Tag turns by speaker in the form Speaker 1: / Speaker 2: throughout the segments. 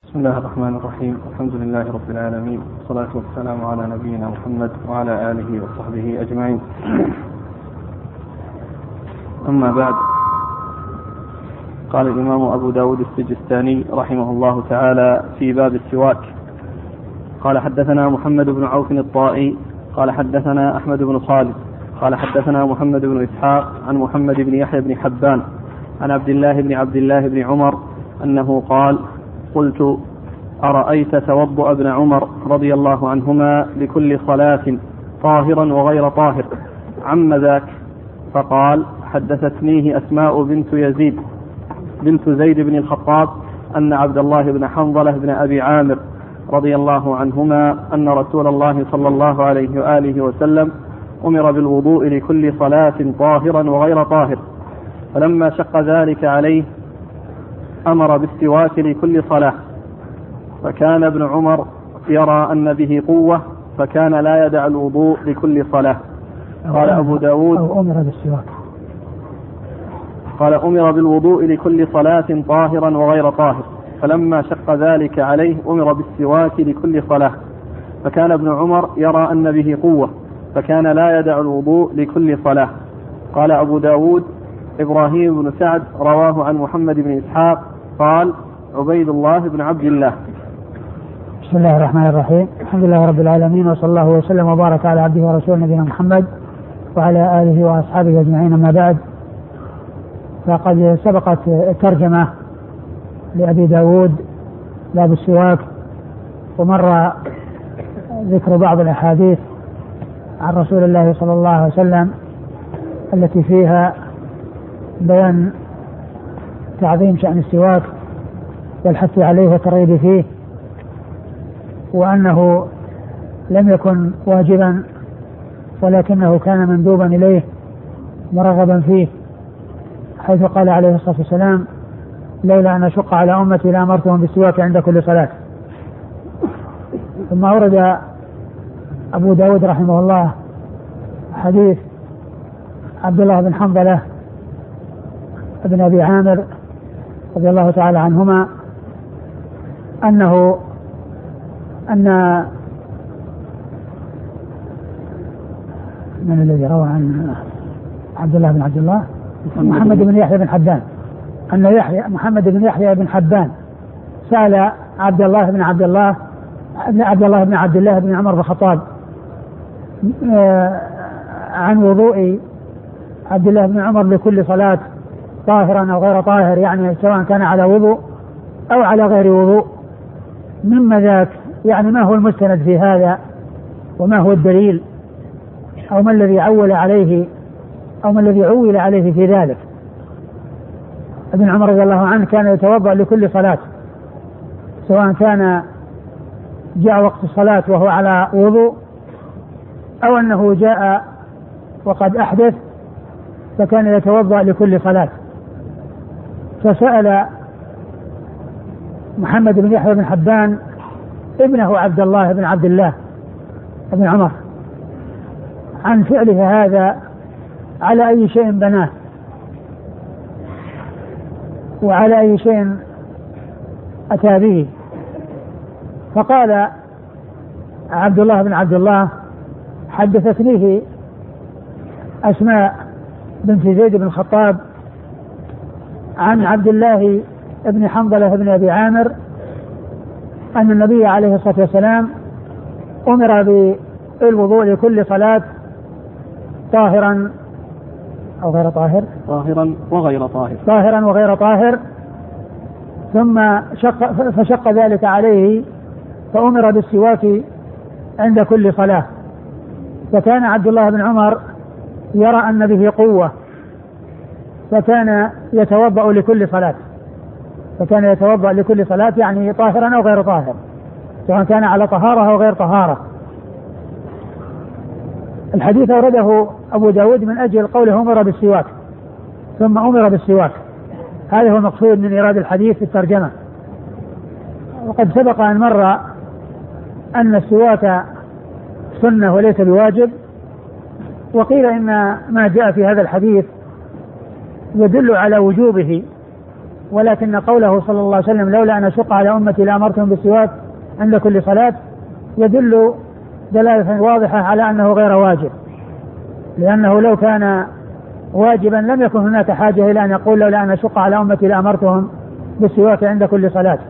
Speaker 1: بسم الله الرحمن الرحيم. الحمد لله رب العالمين، والصلاة والسلام على نبينا محمد وعلى آله وصحبه أجمعين. أما بعد، قال الإمام أبو داود السجستاني رحمه الله تعالى في باب السواك: قال حدثنا محمد بن عوف الطائي قال حدثنا أحمد بن خالد قال حدثنا محمد بن إسحاق عن محمد بن يحيى بن حبان عن عبد الله بن عمر أنه قال: قلت: أرأيت توضؤ ابن عمر رضي الله عنهما لكل صلاة طاهرا وغير طاهر عم ذاك؟ فقال: حدثتنيه أسماء بنت زيد بن الخطاب أن عبد الله بن حنظلة بن أبي عامر رضي الله عنهما أن رسول الله صلى الله عليه وآله وسلم أمر بالوضوء لكل صلاة طاهرا وغير طاهر، فلما شق ذلك عليه أمر بالسواك لكل صلاة، فكان ابن عمر يرى أن به قوة فكان لا يدع الوضوء لكل صلاة. قال أبو داود: أمر بالوضوء لكل صلاة طاهرا وغير طاهر، فلما شق ذلك عليه أمر بالسواك لكل صلاة، فكان ابن عمر يرى أن به قوة فكان لا يدع الوضوء لكل صلاة. قال أبو داود: إبراهيم بن سعد رواه عن محمد بن إسحاق قال: عبيد الله بن عبد الله.
Speaker 2: بسم الله الرحمن الرحيم. الحمد لله رب العالمين، وصلى الله وسلم وبارك على عبده ورسوله نبينا محمد وعلى آله وأصحابه أجمعين. أما بعد، فقد سبقت الترجمة لأبي داود باب السواك، ومر ذكر بعض الأحاديث عن رسول الله صلى الله عليه وسلم التي فيها بيان تعظيم شأن السواك والحث عليه والترغيب فيه، وأنه لم يكن واجبا ولكنه كان مندوبا إليه مرغبا فيه، حيث قال عليه الصلاة والسلام: لولا أن أشق على أمتي لأمرتهم بالسواك عند كل صلاة. ثم أورد أبو داود رحمه الله حديث عبد الله بن حنظلة ابن أبي عامر رضي الله تعالى عنهما أن من الذي روى عن عبد الله بن عبد الله؟ محمد بن يحيى بن حبان، أن محمد بن يحيى بن حبان سأل عبد الله بن عبد الله بن عمر بن الخطاب عن وضوء عبد الله بن عمر لكل صلاة طاهرا أو غير طاهر، يعني سواء كان على وضوء أو على غير وضوء، مما ذاك، يعني ما هو المستند في هذا وما هو الدليل، أو ما الذي عول عليه في ذلك. ابن عمر رضي الله عنه كان يتوضأ لكل صلاة، سواء كان جاء وقت الصلاة وهو على وضوء أو أنه جاء وقد أحدث، فكان يتوضأ لكل صلاة. فسأل محمد بن يحيى بن حبان ابنه عبد الله بن عبد الله بن عمر عن فعله هذا على أي شيء بناه وعلى أي شيء أتى به. فقال عبد الله بن عبد الله: حدثتنيه أسماء بنت زيد بن الخطاب عن عبد الله بن حنظلة بن أبي عامر أن النبي عليه الصلاة والسلام أمر بالوضوء لكل صلاة طاهرا أو غير طاهر، طاهرا وغير طاهر، ثم فشق ذلك عليه فأمر بالسواك عند كل صلاة، فكان عبد الله بن عمر يرى أن به قوة فكان يتوضأ لكل صلاة، يعني طاهرا أو غير طاهر، سواء كان على طهارة أو غير طهارة. الحديث أورده أبو داود من أجل قوله أمر بالسواك ثم أمر بالسواك، هذا هو المقصود من إيراد الحديث في الترجمة. وقد سبق أن مر أن السواك سنة وليس بواجب، وقيل إن ما جاء في هذا الحديث يدل على وجوبه ولكن قوله صلى الله عليه وسلم لولا أن أشق على أمتي لأمرتهم بالسواك عند كل صلاة يدل دلالة واضحة على أنه غير واجب، لأنه لو كان واجبا لم يكن هناك حاجة إلى أن يقول لولا أن أشق على أمتي لأمرتهم بالسواك عند كل صلاة.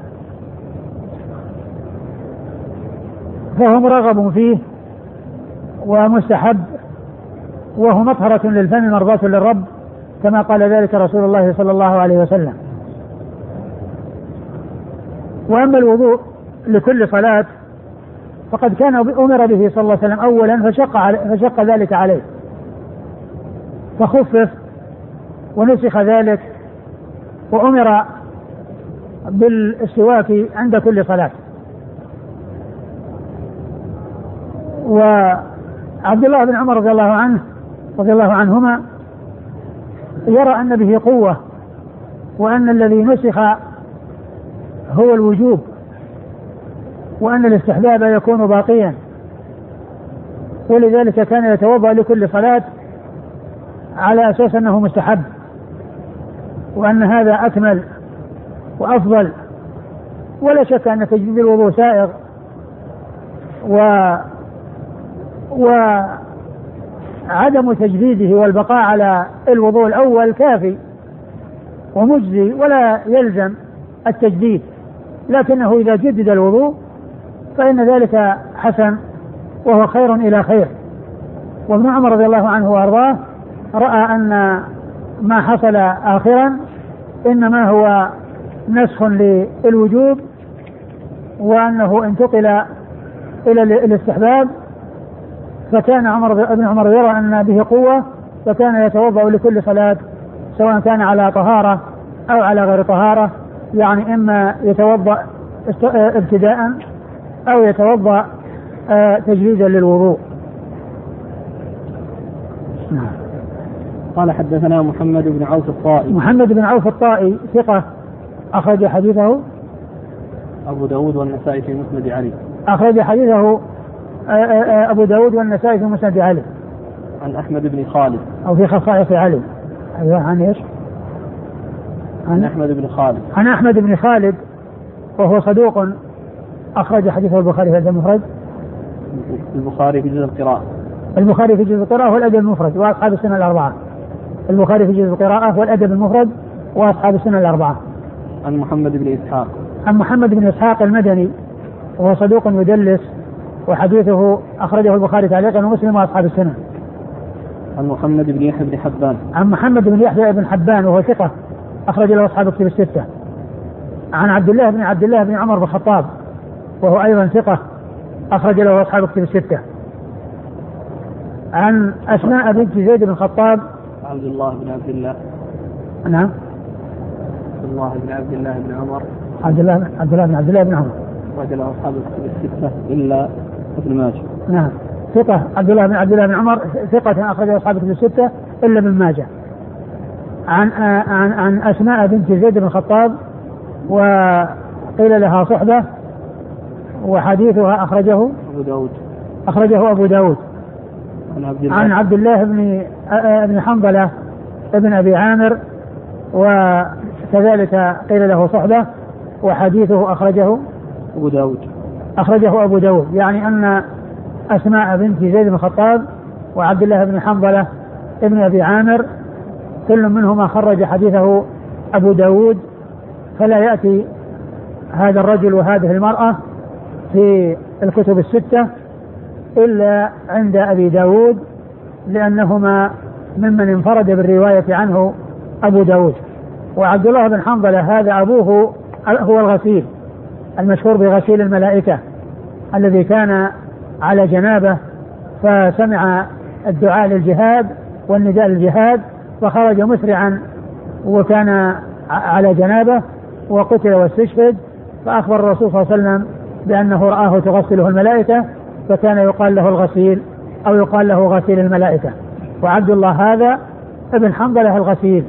Speaker 2: فهو مرغب فيه ومستحب، وهو مطهرة للفم مرضاة للرب كما قال ذلك رسول الله صلى الله عليه وسلم. وأما الوضوء لكل صلاة فقد كان أمر به صلى الله عليه وسلم أولا فشق ذلك عليه فخفف ونسخ ذلك وأمر بالسواك عند كل صلاة. وعبد الله بن عمر رضي الله عنهما يرى أن به قوة، وأن الذي نسخ هو الوجوب، وأن الاستحباب يكون باقيا، ولذلك كان يتوضأ لكل صلاة على أساس أنه مستحب، وأن هذا أكمل وأفضل. ولا شك أن تجديد الوضوء سائغ وعدم تجديده والبقاء على الوضوء الأول كافي ومجزي ولا يلزم التجديد، لكنه إذا جدد الوضوء فإن ذلك حسن وهو خير إلى خير. وابن عمر رضي الله عنه وأرضاه رأى أن ما حصل آخرا إنما هو نسخ للوجوب، وأنه انتقل إلى الاستحباب، فكان ابن عمر يرى أن به قوة، فكان يتوضأ لكل صلاة سواء كان على طهارة أو على غير طهارة، يعني إما يتوضأ ابتداء أو يتوضأ تجديدا للوضوء.
Speaker 1: قال حدثنا محمد بن عوف الطائي.
Speaker 2: محمد بن عوف الطائي ثقة أخرج حديثه
Speaker 1: أبو داود والنسائي في مسند علي.
Speaker 2: أخرج حديثه أبو داود والنسائي في مسند علي.
Speaker 1: عن أحمد بن خالد
Speaker 2: أو في خصائص علي. أيوة. عن إيش؟
Speaker 1: عن أحمد بن خالد.
Speaker 2: عن أحمد بن خالد وهو صدوق أخرج حديثه البخاري في الأدب المفرد.
Speaker 1: البخاري في جزء القراءة.
Speaker 2: البخاري في جزء القراءة والأدب المفرد وأصحاب السنة الأربعة. البخاري في جزء القراءة والأدب المفرد وأصحاب السنة الأربعة.
Speaker 1: عن محمد بن إسحاق.
Speaker 2: عن محمد بن إسحاق المدني وهو صدوق يدلس وحديثه أخرجه البخاري تعليقا ومسلم وأصحاب السنة.
Speaker 1: عن محمد بن يحيى بن حبان.
Speaker 2: عن محمد بن يحيى بن حبان وهو ثقة أخرج له أصحاب الكتب الستة. عن عبد الله بن عمر بن الخطاب وهو أيضا ثقة أخرج له أصحاب الكتب الستة. عن أسماء بنت زيد بن الخطاب.
Speaker 1: عبد الله بن عبد الله.
Speaker 2: نعم.
Speaker 1: عبد الله بن عبد الله بن عمر.
Speaker 2: عبد الله بن عمر.
Speaker 1: أخرج له أصحاب الكتب الستة إلا ابن ماجه.
Speaker 2: نعم ثقة عبد الله بن عمر ثقة أخرج أصحاب الكتب الستة إلا ابن ماجه. عن أسماء بنت زيد بن الخطاب وقيل لها صحبة وحديثها أخرجه أبو داود. عن عبد الله بن حنظلة ابن أبي عامر وكذلك قيل له صحبة وحديثه أخرجه أبو داود. يعني أن أسماء بنت زيد بن الخطاب وعبد الله بن حنظلة ابن أبي عامر كل منهما خرج حديثه أبو داود، فلا يأتي هذا الرجل وهذه المرأة في الكتب الستة إلا عند أبي داود، لأنهما ممن انفرد بالرواية عنه أبو داود. وعبد الله بن حنظلة هذا أبوه هو الغسيل المشهور بغسيل الملائكة الذي كان على جنابه فسمع الدعاء للجهاد والنداء للجهاد فخرج مسرعا وكان على جنابه وقتل واستشهد، فأخبر الرسول صلى الله عليه وسلم بأنه رآه تغسله الملائكة فكان يقال له الغسيل أو يقال له غسيل الملائكة. وعبد الله هذا ابن حنظلة الغسيل.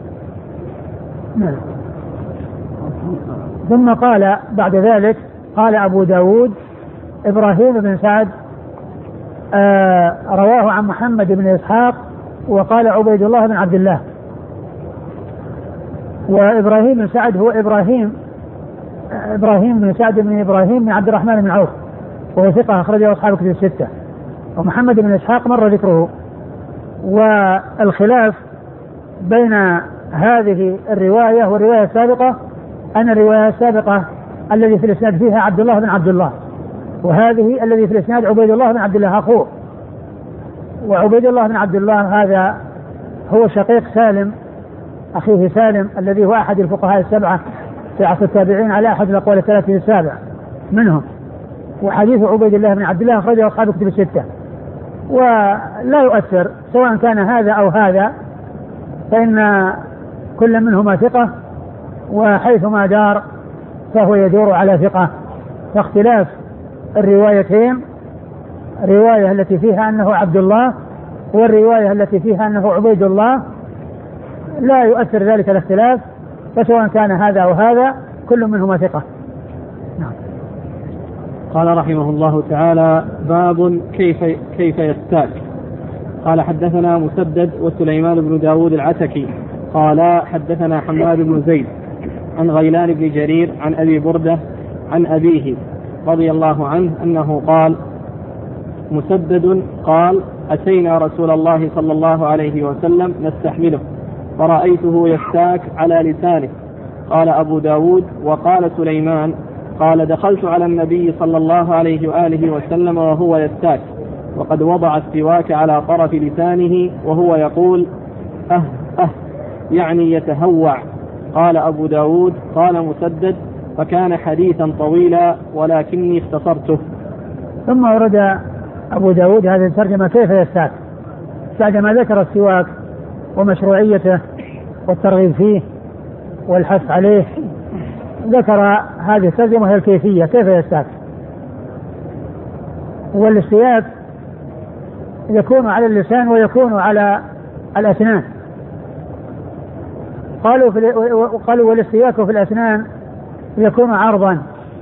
Speaker 2: ثم قال بعد ذلك قال أبو داود إبراهيم بن سعد رواه عن محمد بن إسحاق وقال عبيد الله بن عبد الله. وإبراهيم بن سعد هو إبراهيم بن سعد بن إبراهيم بن عبد الرحمن بن عوف، وهو ثقة أخرجه أصحاب كتب الستة. ومحمد بن إسحاق مر ذكره. والخلاف بين هذه الرواية والرواية السابقة أن الرواية السابقة الذي في الإسناد فيها عبد الله بن عبد الله، وهذه الذي في الإسناد عبيد الله بن عبد الله أخوه. وعبيد الله بن عبد الله هذا هو شقيق سالم أخيه سالم الذي هو أحد الفقهاء السبعة في عصر التابعين على أحد الأقوال الثلاثة السابع منهم. وحديث عبيد الله بن عبد الله أخرجه أصحاب كتب الستة. ولا يؤثر سواء كان هذا أو هذا، فإن كل منهما ثقة، وحيثما دار فهو يدور على ثقة. فاختلاف الروايتين، الرواية التي فيها أنه عبد الله والرواية التي فيها أنه عبيد الله، لا يؤثر ذلك الاختلاف، فسواء كان هذا أو هذا كل منهما ثقة. نعم.
Speaker 1: قال رحمه الله تعالى: باب كيف يستاك. قال: حدثنا مسدد وسليمان بن داود العتكي قال: حدثنا حماد بن زيد عن غيلان بن جرير عن أبي بردة عن أبيه رضي الله عنه أنه قال: مسدد قال: أتينا رسول الله صلى الله عليه وسلم نستحمله فرأيته يستاك على لسانه. قال أبو داود: وقال سليمان قال: دخلت على النبي صلى الله عليه وآله وسلم وهو يستاك وقد وضع السواك على طرف لسانه وهو يقول يعني يتهوع. قال أبو داود: قال مسدد: فكان حديثا طويلا ولكني اختصرته.
Speaker 2: ثم ورد أبو داود هذه الترجمة كيف يستاك بعدما ذكر السواك ومشروعيته والترغيب فيه والحث عليه، ذكر هذه الترجمة هي الكيفية كيف يستاك. والاستياك يكون على اللسان ويكون على الأسنان. قالوا والاستياك في الأسنان يكون عرضا،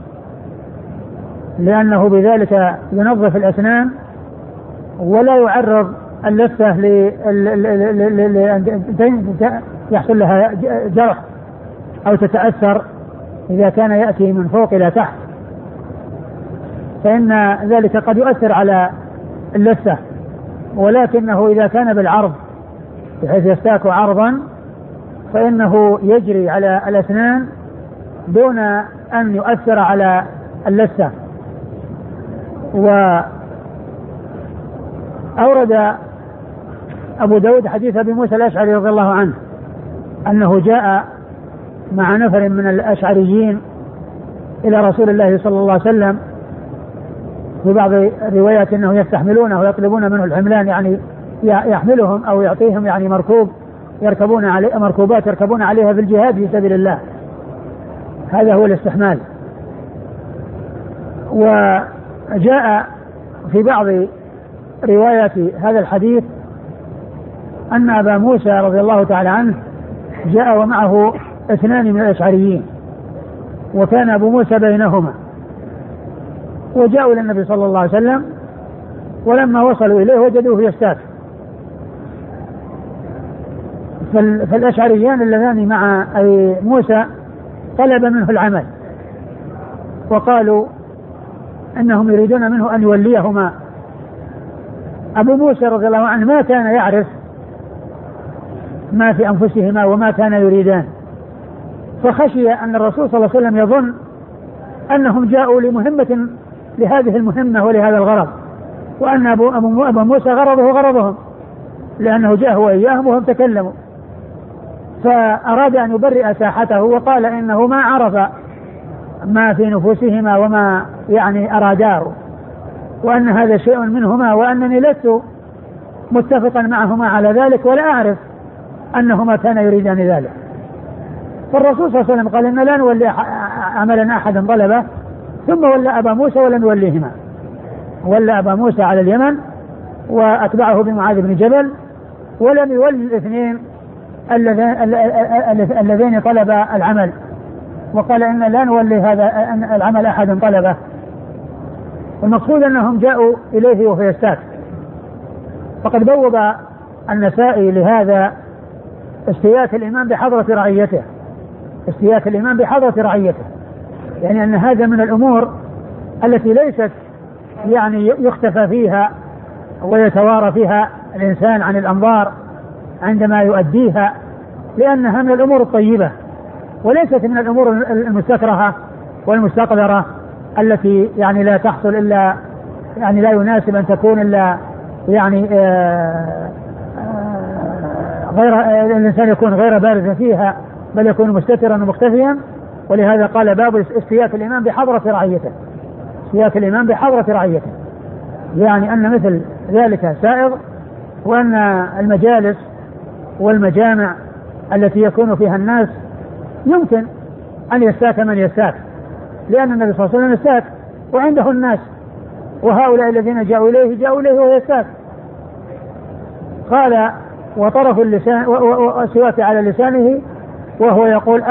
Speaker 2: لأنه بذلك ينظف الأسنان ولا يعرض اللثة يحصل لها جرح أو تتأثر إذا كان يأتي من فوق إلى تحت، فإن ذلك قد يؤثر على اللثة. ولكنه إذا كان بالعرض بحيث يستاك عرضا فإنه يجري على الأسنان دون أن يؤثر على اللثة. وأورد أبو داود حديث أبي موسى الأشعري رضي الله عنه أنه جاء مع نفر من الأشعريين إلى رسول الله صلى الله عليه وسلم، في بعض الروايات أنه يستحملونه ويطلبون منه الحملان، يعني يحملهم أو يعطيهم يعني مركوب يركبون عليه، مركوبات يركبون عليها في الجهاد في سبيل الله، هذا هو الاستحمال. وجاء في بعض روايات هذا الحديث أن أبا موسى رضي الله تعالى عنه جاء ومعه 2 من الأشعريين، وكان أبو موسى بينهما، وجاءوا إلى النبي صلى الله عليه وسلم، ولما وصلوا إليه وجدوه يستاك. فالأشعريان اللذان مع أبي موسى طلب منه العمل، وقالوا أنهم يريدون منه أن يوليهما. أبو موسى رضي الله عنه ما كان يعرف ما في أنفسهما وما كان يريدان، فخشي أن الرسول صلى الله عليه وسلم يظن أنهم جاءوا لمهمة لهذه المهمة ولهذا الغرض، وأن أبو موسى غرضه غرضهم، لأنه جاء وإياهم وهم تكلموا، فأراد أن يبرئ ساحته وقال إنه ما عرف ما في نفوسهما وما يعني أراداه، وأن هذا شيء منهما، وأنني لست متفقا معهما على ذلك ولا أعرف أنهما كان يريدان ذلك. فالرسول صلى الله عليه وسلم قال إن لا نولي عملا أحدا طلبه، ثم ولى أبا موسى ولم نوليهما، ولى أبا موسى على اليمن وأتبعه بمعاذ بن جبل، ولم يولي الاثنين اللذين طلب العمل، وقال إن لا نولي هذا العمل أحدا طلبه. والمقصود أنهم جاءوا إليه وهو يستاك. فقد بوب النسائي لهذا استياك الإمام بحضرة رعيته، استياك الإمام بحضرة رعيته، يعني أن هذا من الأمور التي ليست يعني يختفى فيها ويتوارى فيها الإنسان عن الأنظار عندما يؤديها، لأنها من الأمور الطيبة وليست من الأمور المستكرهة والمستقذرة التي يعني لا تحصل إلا يعني لا يناسب أن تكون إلا يعني غير الإنسان يكون غير بارز فيها، بل يكون مستترا ومختفيا. ولهذا قال باب استياك الإمام بحضرة رعيته، استياك الإمام بحضرة رعيته، يعني أن مثل ذلك سائغ، وأن المجالس والمجامع التي يكون فيها الناس يمكن أن يستاك من يستاك، لأن النبي صلى الله عليه وسلم يستاك وعنده الناس، وهؤلاء الذين جاءوا إليه وهو يستاك. قال وطرف اللسان وسواك على لسانه وهو يقول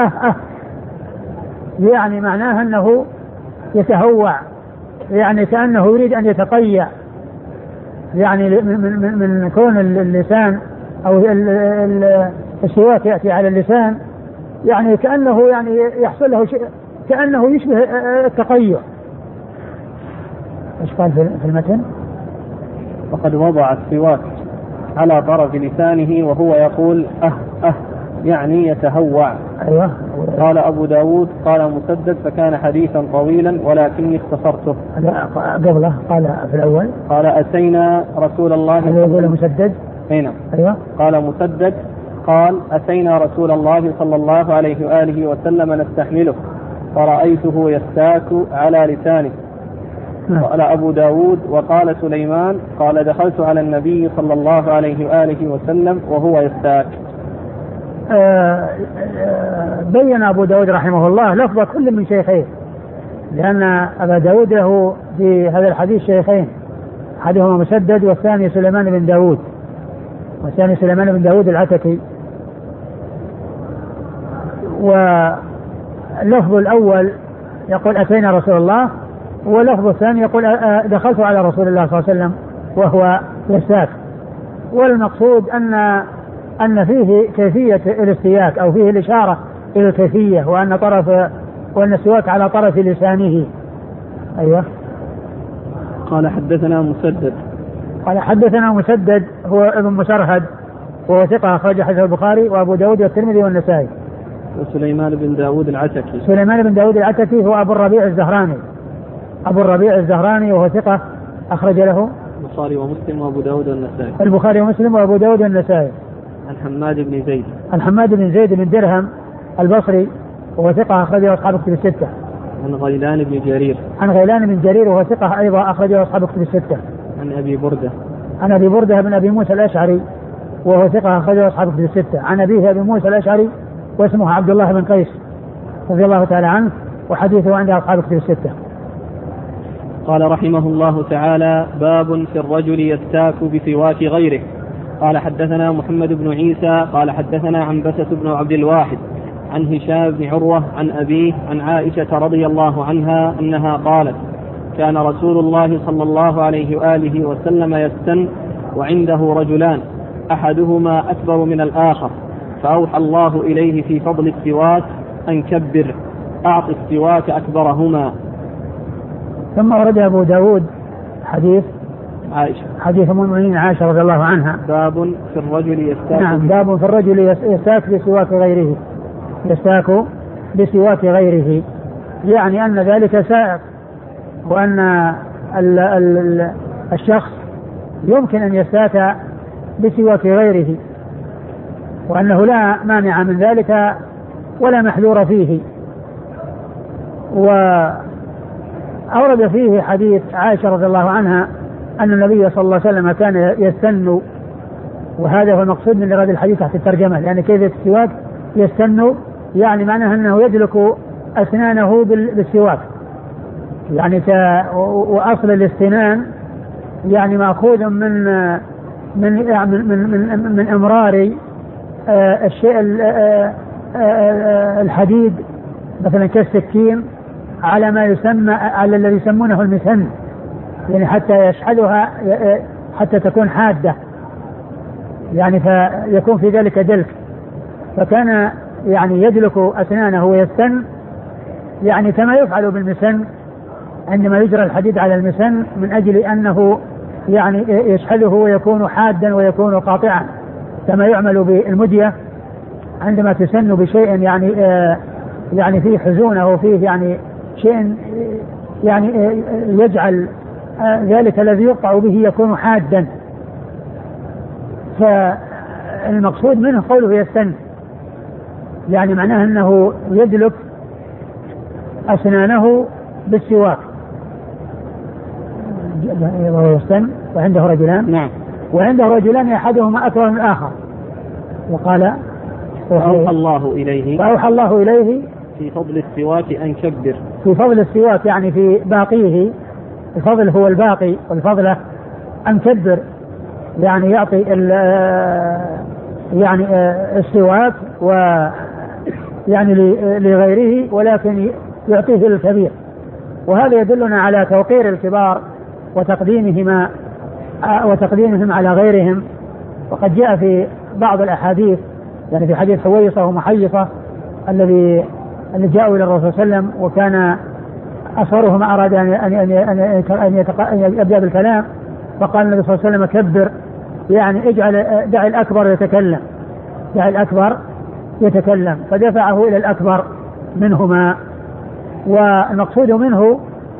Speaker 2: يعني معناها أنه يتهوع، يعني كأنه يريد أن يتقيأ، يعني من كون اللسان أو السواك يأتي على اللسان، يعني كأنه يعني يحصل له شيء كأنه يشبه التقيؤ. ايش قال في المتن؟
Speaker 1: وقد وضع السواك على طرف لسانه وهو يقول يعني يتهوع.
Speaker 2: أيوة.
Speaker 1: قال أبو داود قال مسدد فكان حديثا طويلا ولكني اختصرته.
Speaker 2: قبله قال في الأول
Speaker 1: قال أتينا رسول الله
Speaker 2: يقول مسدد.
Speaker 1: هنا
Speaker 2: أيوة.
Speaker 1: قال مسدد قال أتينا رسول الله صلى الله عليه وآله وسلم نستحمله فرأيته يستاك على لسانه. قال أبو داود وقال سليمان قال دخلت على النبي صلى الله عليه وآله وسلم وهو يستاك.
Speaker 2: بين أبو داود رحمه الله لفظ كل من شيخين، لأن أبا داود له في هذا الحديث شيخين، أحدهما مسدد والثاني سليمان بن داود، والثاني سليمان بن داود العتكي. واللفظ الأول يقول أتينا رسول الله، ولفظ الثاني يقول دخلت على رسول الله صلى الله عليه وسلم وهو يستاك. والمقصود أن فيه كيفية الاستياك أو فيه الإشارة إلى الكيفية، وأن السواك على طرف لسانه. أيوة.
Speaker 1: قال حدثنا مسدد
Speaker 2: قال حدثنا مسدد هو ابن مسرهد وهو ثقة أخرج حديث البخاري وأبو داود والترمذي والنسائي.
Speaker 1: وسليمان بن داود العتكي.
Speaker 2: سليمان بن داود العتكي هو أبو الربيع الزهراني، أبو الربيع الزهراني وهو ثقة أخرج له
Speaker 1: البخاري ومسلم وأبو داود والنسائي.
Speaker 2: البخاري ومسلم وأبو داود والنسائي.
Speaker 1: عن حماد بن زيد.
Speaker 2: عن حماد بن زيد بن درهم البصري وهو ثقة أخرجه أصحاب كتب الستة.
Speaker 1: عن غيلان بن جرير.
Speaker 2: عن غيلان بن جرير وهو ثقة أيضا أخرجه أصحاب كتب الستة.
Speaker 1: عن أبي بردة.
Speaker 2: عن أبي بردة بن أبي موسى الأشعري وهو ثقة أخرجه أصحاب كتب الستة. عن أبيه أبي موسى الأشعري واسمه عبد الله بن قيس رضي الله تعالى عنه، وحديثه عند أصحاب كتب الستة.
Speaker 1: قال رحمه الله تعالى باب في الرجل يستاك بسواك غيره. قال حدثنا محمد بن عيسى قال حدثنا عنبسة بن عبد الواحد عن هشام بن عروة عن أبيه عن عائشة رضي الله عنها أنها قالت كان رسول الله صلى الله عليه وآله وسلم يستن وعنده رجلان أحدهما أكبر من الآخر، فأوحى الله إليه في فضل السواك أن كبر أعط السواك أكبرهما.
Speaker 2: ثم ورد أبو داود حديث
Speaker 1: عائشة،
Speaker 2: حديث أم المؤمنين عائشة رضي الله عنها.
Speaker 1: باب في الرجل يستاك.
Speaker 2: نعم، باب في الرجل يستاك بسواك غيره، يستاك بسواك غيره، يعني أن ذلك سائق، وأن الشخص يمكن أن يستاك بسواك غيره، وأنه لا مانع من ذلك ولا محذور فيه. وأورد فيه حديث عائشة رضي الله عنها أن النبي صلى الله عليه وسلم كان يستن، وهذا هو المقصود من إيراد الحديث تحت الترجمة، لأن كيفية السواك يستن يعني معناها أنه يدلك أسنانه بالسواك، يعني وأصل الاستنان يعني مأخوذ من إمرار الشيء الحديد مثلا كالسكين على ما يسمى على الذي يسمونه المسن، يعني حتى يشحذها حتى تكون حادة، يعني فيكون في ذلك دلك. فكان يعني يدلك أسنانه ويستن، يعني كما يفعل بالمسن عندما يجرى الحديد على المسن من أجل أنه يعني يشحذه ويكون حادا ويكون قاطعا، كما يعمل بالمدية عندما تسن بشيء يعني فيه حزونة وفيه يعني شيء يعني يجعل ذلك الذي يقطع به يكون حادا. فالمقصود منه قوله يستن، يعني معناه أنه يدلك أسنانه بالسواك وهو يستن. وعنده رجلان،
Speaker 1: نعم،
Speaker 2: وعنده رجلان أحدهما أكبر من الآخر. وقال
Speaker 1: فأوحى الله إليه في فضل السواك أن كبر.
Speaker 2: في فضل السواك يعني في باقيه، الفضل هو الباقي والفضلة أن كبر، يعني يعطي يعني السواك ويعني لغيره ولكن يعطيه للكبير. وهذا يدلنا على توقير الكبار وتقديمهم على غيرهم. وقد جاء في بعض الأحاديث يعني في حديث حويصة ومحيصة اللي جاءوا إلى الرسول صلى الله عليه وسلم، وكان أصغرهم أراد أن يبدأ بالكلام، فقال النبي صلى الله عليه وسلم كبر، يعني دع الأكبر يتكلم، فدفعه إلى الأكبر منهما. والمقصود منه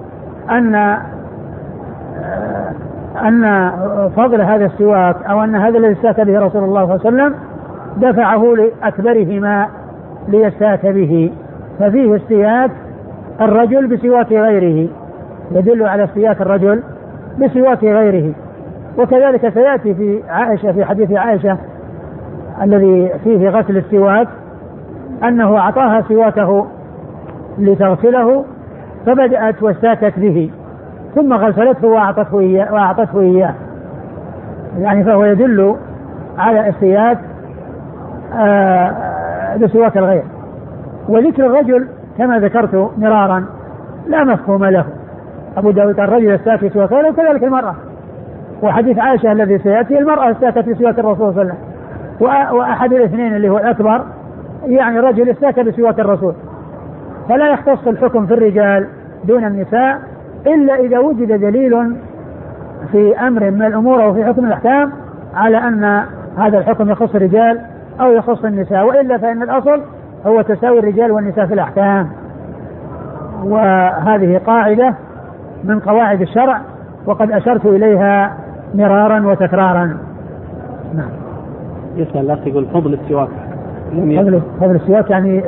Speaker 2: أن فضل هذا السواك أو أن هذا الذي استاك به رسول الله صلى الله عليه وسلم دفعه لأكبرهما ليستاك به. ففيه استياك الرجل بسواك غيره، يدل على استياك الرجل بسواك غيره. وكذلك سيأتي في حديث عائشة الذي فيه غسل السواك أنه أعطاها سواكه لتغسله فبدأت واستاكت به ثم غسلته وأعطته إياه، يعني فهو يدل على استياك بسواك الغير. وذكر الرجل كما ذكرت مرارا لا مفهوم له. أبو داود الرجل استاك بسواك غيره وكذلك المرأة. وحديث عائشة الذي سيأتي المرأة استاكت بسواك الرسول صلى الله عليه وسلم، وأحد الاثنين اللي هو الأكبر يعني رجل استاك بسواك الرسول. فلا يختص الحكم في الرجال دون النساء إلا إذا وجد دليل في أمر من الأمور أو في حكم الأحكام على أن هذا الحكم يخص الرجال أو يخص النساء، وإلا فإن الأصل هو تساوي الرجال والنساء في الأحكام. وهذه قاعدة من قواعد الشرع وقد أشرت إليها مرارا وتكرارا. نعم.
Speaker 1: يسأل الله يقول فضل السواك.
Speaker 2: فضل السواك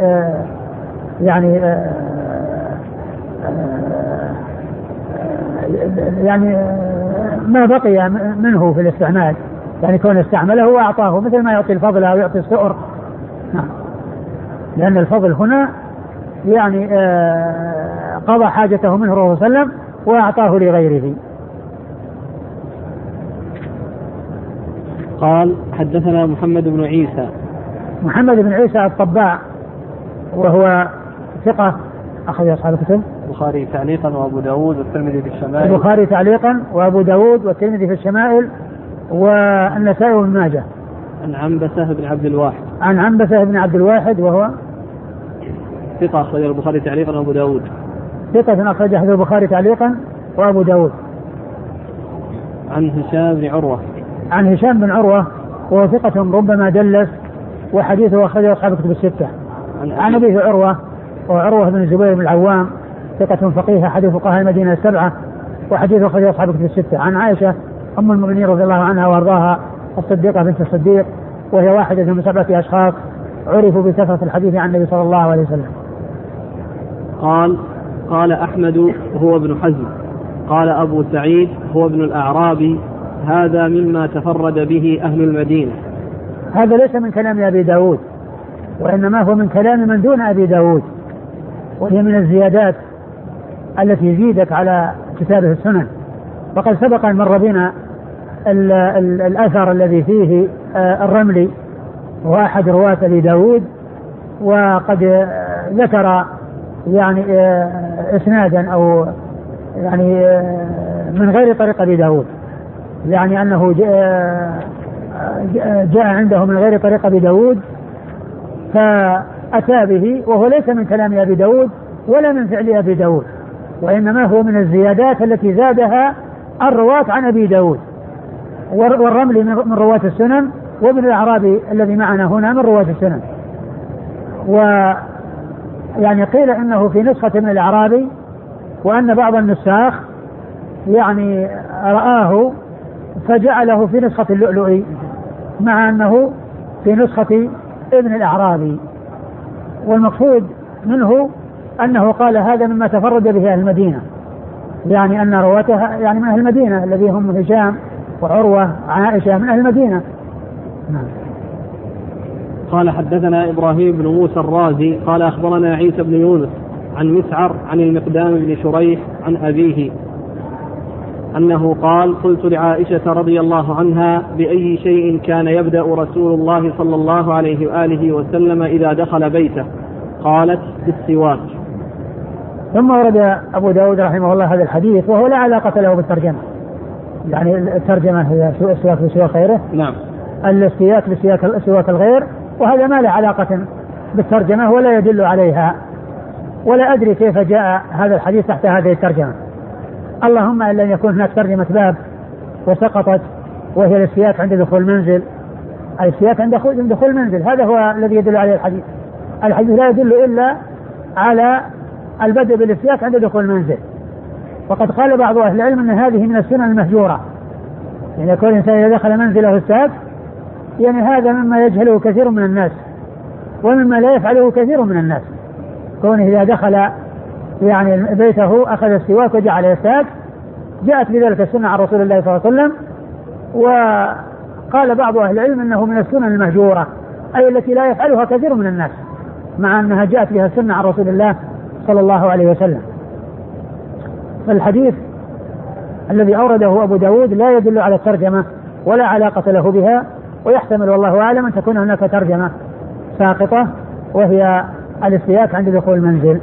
Speaker 2: يعني ما بقي منه في الاستعمال، يعني كون استعمله وأعطاه مثل ما يعطي الفضل أو يعطي السؤر. نعم. لأن الفضل هنا يعني قضى حاجته منه الرسول صلى الله عليه وسلم وأعطاه لغيره.
Speaker 1: قال حدثنا محمد بن عيسى
Speaker 2: الطباع وهو ثقة أخرج أصحاب الكتب
Speaker 1: البخاري تعليقا وأبو داود والترمذي في الشمائل.
Speaker 2: البخاري تعليقا وأبو داود والترمذي في الشمائل والنسائي وابن ماجه.
Speaker 1: عن عنبسة بن عبد الواحد وهو
Speaker 2: ثقة
Speaker 1: أخرجه البخاري تعليقا وأبو داود.
Speaker 2: ثقة أخرجه البخاري تعليقا وأبو داود.
Speaker 1: عن
Speaker 2: هشام بن عروة وهو ثقة ربما دلس وحديثه أخرجه أصحاب الكتب الستة. عن أبيه وعروة بن الزبير بن العوام ثقة فقيه حديث فقهاء المدينة السبعة وحديثه أخرجه أصحاب الكتب الستة. عن عائشة أم المؤمنين رضي الله عنها وأرضاها الصديقة بنت الصديق وهي واحدة من 7 أشخاص عرفوا بكثرة الحديث عن النبي صلى الله عليه وسلم.
Speaker 1: قال أحمد هو ابن حزم قال أبو سعيد هو ابن الأعرابي هذا مما تفرد به أهل المدينة.
Speaker 2: هذا ليس من كلام أبي داود وإنما هو من كلام من دون أبي داود، وهي من الزيادات التي زيدت على كتابه السنن. وقد سبق أن مر بنا الأثر الذي فيه الرملي وأحد رواة أبي داود، وقد ذكر يعني إسنادا أو يعني من غير طريق أبي داود، يعني أنه جاء عنده من غير طريق أبي داود. أتى به وهو ليس من كلام أبي داود ولا من فعل أبي داود، وإنما هو من الزيادات التي زادها الرواة عن أبي داود، والرملي من رواة السنن، وابن الأعرابي الذي معنا هنا من رواة السنن. ويعني قيل إنه في نسخة من الأعرابي، وأن بعض النساخ يعني رآه فجعله في نسخة اللؤلؤي مع أنه في نسخة ابن الأعرابي، والمقصود منه أنه قال هذا مما تفرد به أهل المدينة، يعني أن رواتها يعني من أهل المدينة الذي هم هشام وعروة عائشة من أهل المدينة.
Speaker 1: قال حدثنا إبراهيم بن موسى الرازي قال أخبرنا عيسى بن يونس عن مسعر عن المقدام بن شريح عن أبيه أنه قال قلت لعائشة رضي الله عنها بأي شيء كان يبدأ رسول الله صلى الله عليه وآله وسلم إذا دخل بيته؟ قالت بالسواك.
Speaker 2: ثم ورد أبو داود رحمه الله هذا الحديث وهو لا علاقة له بالترجمة، يعني الترجمة هي السواك بسواك غيره،
Speaker 1: نعم،
Speaker 2: السياك بسواك الغير، وهذا ما له علاقة بالترجمة ولا يدل عليها، ولا أدري كيف جاء هذا الحديث تحت هذه الترجمة، اللهم إلا أن يكون هناك ترجمة باب وسقطت وهي السياك عند دخول المنزل، أي السياك عند دخول المنزل، هذا هو الذي يدل عليه الحديث. الحديث لا يدل إلا على البدء بالسياك عند دخول المنزل. وقد قال بعض أهل العلم أن هذه من السنن المهجورة، يعني يكون الإنسان إذا دخل منزله الساك، يعني هذا مما يجهله كثير من الناس ومما لا يفعله كثير من الناس، كونه إذا دخل يعني بيته أخذ السواك وجعل الساك، جاءت بذلك السنة عن رسول الله صلى الله عليه وسلم. وقال بعض أهل العلم أنه من السنن المهجورة، أي التي لا يفعلها كثير من الناس، مع أنها جاءت بها السنة عن رسول الله صلى الله عليه وسلم. فالحديث الذي أورده أبو داود لا يدل على الترجمة ولا علاقة له بها، ويحتمل والله أعلم أن تكون هناك ترجمة ساقطة وهي السياك عند دخول المنزل.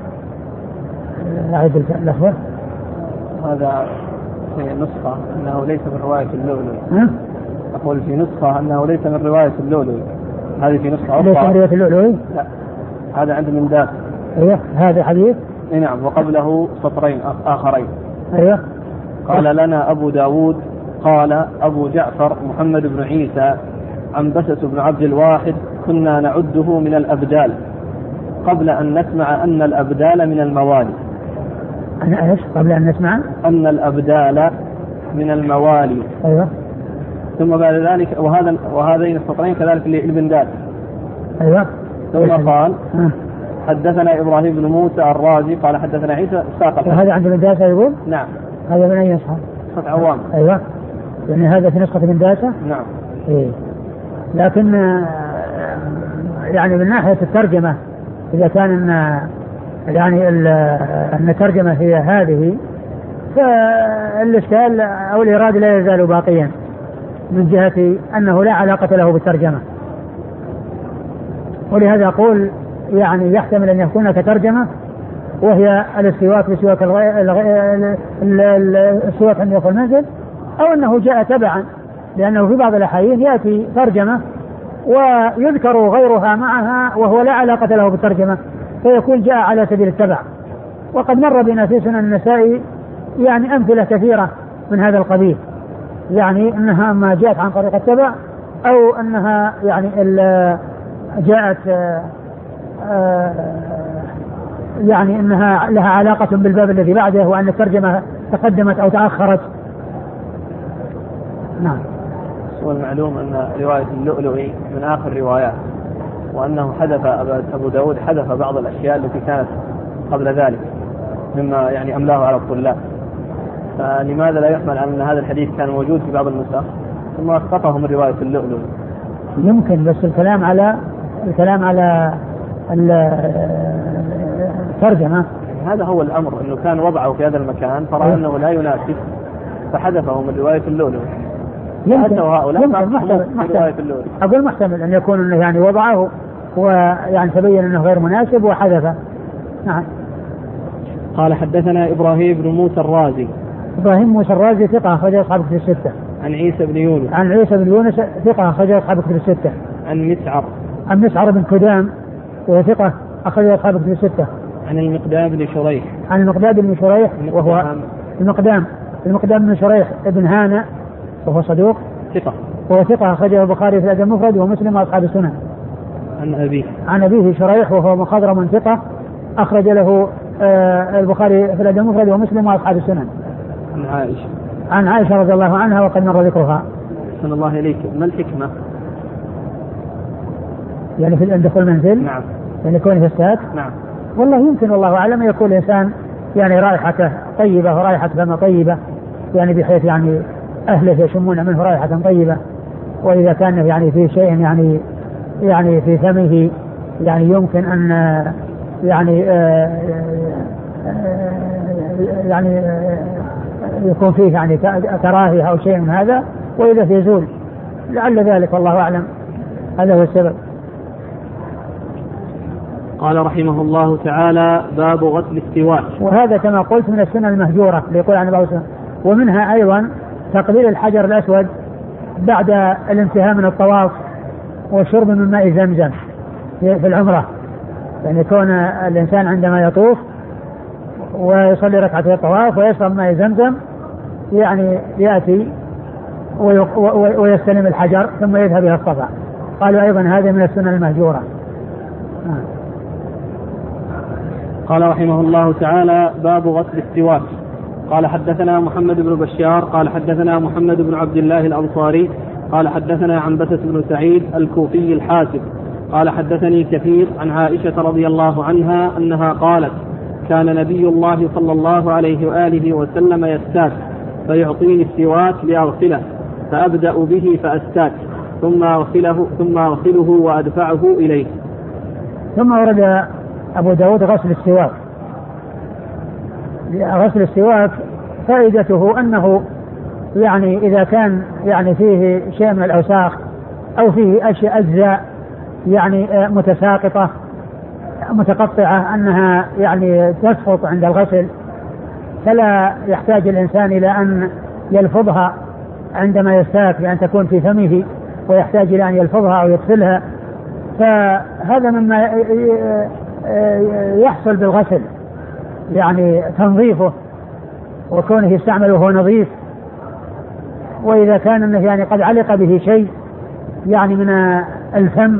Speaker 2: أعيد اللفظ.
Speaker 1: هذا في نسخة أنه ليس من رواية اللؤلؤي. أقول في نسخة أنه ليس من رواية اللؤلؤي، هذه في نسخة أخرى.
Speaker 2: ليس من رواية اللؤلؤي؟
Speaker 1: لا، هذا عند من ذاك.
Speaker 2: أيوه، هذا حديث.
Speaker 1: نعم، وقبله سطرين آخرين.
Speaker 2: أيوه.
Speaker 1: قال لنا أبو داود قال أبو جعفر محمد بن عيسى عن بسة بن عبد الواحد كنا نعده من الأبدال قبل أن نسمع أن الأبدال من الموالي.
Speaker 2: أنا إيش؟ قبل أن نسمع
Speaker 1: أن الأبدال من الموالي.
Speaker 2: أيوه.
Speaker 1: ثم بعد ذلك وهذين السطرين كذلك لابن داد.
Speaker 2: أيوه.
Speaker 1: ثم قال حدثنا إبراهيم بن موسى الرازي قال حدثنا عيسى ساقط.
Speaker 2: هذا عند ابن داسة يقول؟
Speaker 1: نعم.
Speaker 2: هذا من أي نسخة؟
Speaker 1: نسخة عوام.
Speaker 2: أيوه، يعني هذا في نسخة ابن داسة؟
Speaker 1: نعم.
Speaker 2: إيه. لكن يعني من ناحية الترجمة إذا كان يعني أن الترجمة هي هذه، فالإشكال أو الإرادة لا يزال باقيا من جهة أنه لا علاقة له بالترجمة. ولهذا أقول يعني يحتمل أن يكون كترجمة وهي السواك بسواك السواك عند دخول المنزل، أو أنه جاء تبعا، لأنه في بعض الأحاديث يأتي ترجمة ويذكر غيرها معها وهو لا علاقة له بالترجمة، فيكون جاء على سبيل التبع. وقد مر بنا في سنن النسائي يعني أمثلة كثيرة من هذا القبيل، يعني أنها ما جاءت عن طريق التبع أو أنها يعني جاءت يعني أنها لها علاقة بالباب الذي بعده، وأن الترجمة تقدمت أو تأخرت. نعم.
Speaker 1: والمعلوم أن رواية اللؤلؤي من آخر الروايات، وأنه حذف أبو داود حذف بعض الأشياء التي كانت قبل ذلك مما يعني أملاه على الطلاب، فلماذا لا يحمل على أن هذا الحديث كان موجود في بعض النسخ ثم أسقطه من رواية اللؤلؤي؟
Speaker 2: يمكن، بس الكلام على الترجمة
Speaker 1: هذا هو الأمر، أنه كان وضعه في هذا المكان فرأى أنه لا يناسب فحذفه من رواية اللؤلؤي.
Speaker 2: يمكن محتمل. أقول محتمل أن يكون يعني وضعه ويعني تبين أنه غير مناسب وحذفه. نعم.
Speaker 1: قال حدثنا إبراهيم بن موسى الرازي.
Speaker 2: إبراهيم موسى الرازي ثقة أخرج أصحاب كتب الستة.
Speaker 1: عن عيسى بن يونس.
Speaker 2: عن عيسى بن يونس ثقة أخرج أصحاب كتب الستة.
Speaker 1: عن مسعر.
Speaker 2: عن مسعر بن كدام وهو ثقة أخرج أصحاب الكتب الستة.
Speaker 1: عن المقدام بن شريح.
Speaker 2: عن المقدام بن شريح وهو المقدام بن شريح ابن هانة وهو صدوق
Speaker 1: ثقة.
Speaker 2: وهو ثقة أخرجه البخاري في الأدب المفرد ومسلم وأصحاب السنن. عن أبيه شريح وهو مخضرم ثقة أخرج له البخاري في الأدب المفرد ومسلم وأصحاب السنن. عن عائشة رضي الله عنها وقد مر ذكرها.
Speaker 1: أحسن الله إليك. ما الحكمة؟
Speaker 2: يعني في دخول المنزل.
Speaker 1: نعم.
Speaker 2: يعني يكون في السات.
Speaker 1: نعم.
Speaker 2: والله يمكن والله أعلم يكون الإنسان يعني رائحته طيبة ورائحة فمه طيبة يعني بحيث يعني أهله يشمون منه رائحة طيبة. وإذا كان يعني في شيء يعني في فمه يعني يمكن أن يعني يكون فيه يعني كراهية أو شيء من هذا وإذا يزول لعل ذلك والله أعلم هذا هو السبب.
Speaker 1: قال رحمه الله تعالى باب غسل السواك.
Speaker 2: وهذا كما قلت من السنة المهجورة ليقول عن بعض، ومنها أيضا تقليل الحجر الأسود بعد الانتهاء من الطواف والشرب من ماء زمزم في العمرة. يعني يكون الإنسان عندما يطوف ويصلي ركعتي الطواف ويشرب ماء زمزم يعني يأتي ويستلم الحجر ثم يذهب إلى الصفا. قالوا أيضا هذا من السنة المهجورة.
Speaker 1: قال رحمه الله تعالى باب غسل السواك. قال حدثنا محمد بن بشار قال حدثنا محمد بن عبد الله الأنصاري قال حدثنا عنبسة بن سعيد الكوفي الحاسب قال حدثني كثير عن عائشة رضي الله عنها أنها قالت كان نبي الله صلى الله عليه وآله وسلم يستاك فيعطيني السواك لأغسله فأبدأ به فأستاك ثم أغسله وأدفعه إليه.
Speaker 2: ثم ورد أبو داود غسل السواك. غسل السواك فائدته أنه يعني إذا كان يعني فيه شيء من الأوساخ أو فيه أشياء أجزاء يعني متساقطة متقطعة أنها يعني تسقط عند الغسل فلا يحتاج الإنسان إلى أن يلفظها عندما يستاك لأن تكون في فمه ويحتاج إلى أن يلفظها أو يغسلها. فهذا مما يحصل بالغسل يعني تنظيفه وكونه يستعمل وهو نظيف. وإذا كان أنه يعني قد علق به شيء يعني من الفم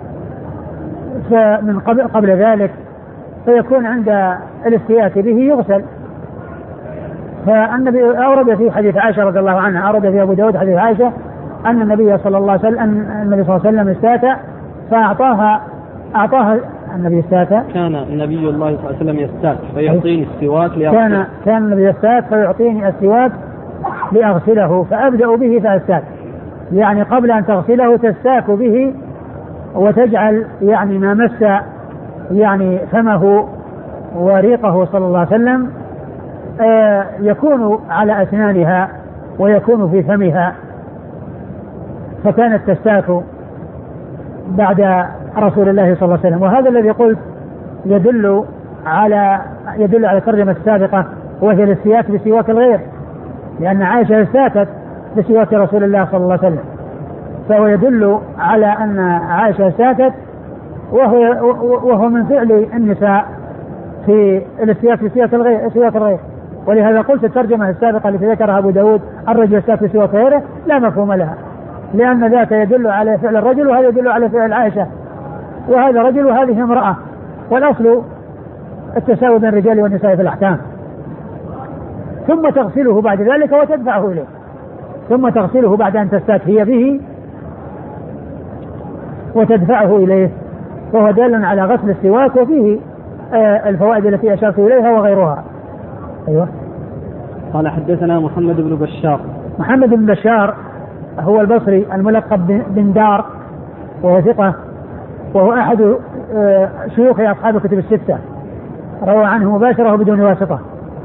Speaker 2: فمن قبل ذلك فيكون عند الاستياك به يغسل. فالنبي أورد في حديث عائشة رضي الله عنها أورد في أبو داود حديث عائشة أن النبي صلى الله عليه وسلم استاك فأعطاها النبي استاك.
Speaker 1: كان النبي الله صلى الله عليه وسلم يستاك فيعطيني السواك لأغسله.
Speaker 2: كان النبي يستاك فيعطيني السواك لأغسله فأبدأ به فأستاك. يعني قبل أن تغسله تستاك به وتجعل يعني ما مس يعني فمه وريقه صلى الله عليه وسلم يكون على أسنانها ويكون في فمها. فكانت تستاك بعد رسول الله صلى الله عليه وسلم. وهذا الذي قلت يدل على الترجمة السابقة وهي الاستياك بسواك الغير لأن عائشة استاكت بسواك رسول الله صلى الله عليه وسلم فهو يدل على أن عائشة استاكت وهو من فعل النساء في الاستياك بسواك الغير. ولهذا قلت الترجمة السابقة التي ذكرها أبو داود الرجل يستاك بسواك غيره لا مفهوم لها لأن ذاك يدل على فعل الرجل وهذا يدل على فعل عائشة وهذا رجل وهذه امرأة والأصل التساوي بين الرجال والنساء في الأحكام. ثم تغسله بعد ذلك وتدفعه إليه. ثم تغسله بعد أن تستاك هي به وتدفعه إليه. وهو دال على غسل السواك وفيه الفوائد التي أشرت إليها وغيرها. أيوة.
Speaker 1: قال حدثنا محمد بن بشار.
Speaker 2: محمد بن بشار هو البصري الملقب بن دار وهو ثقة وهو أحد شيوخ أصحاب الكتب الستة روى عنه مباشرة بدون واسطة.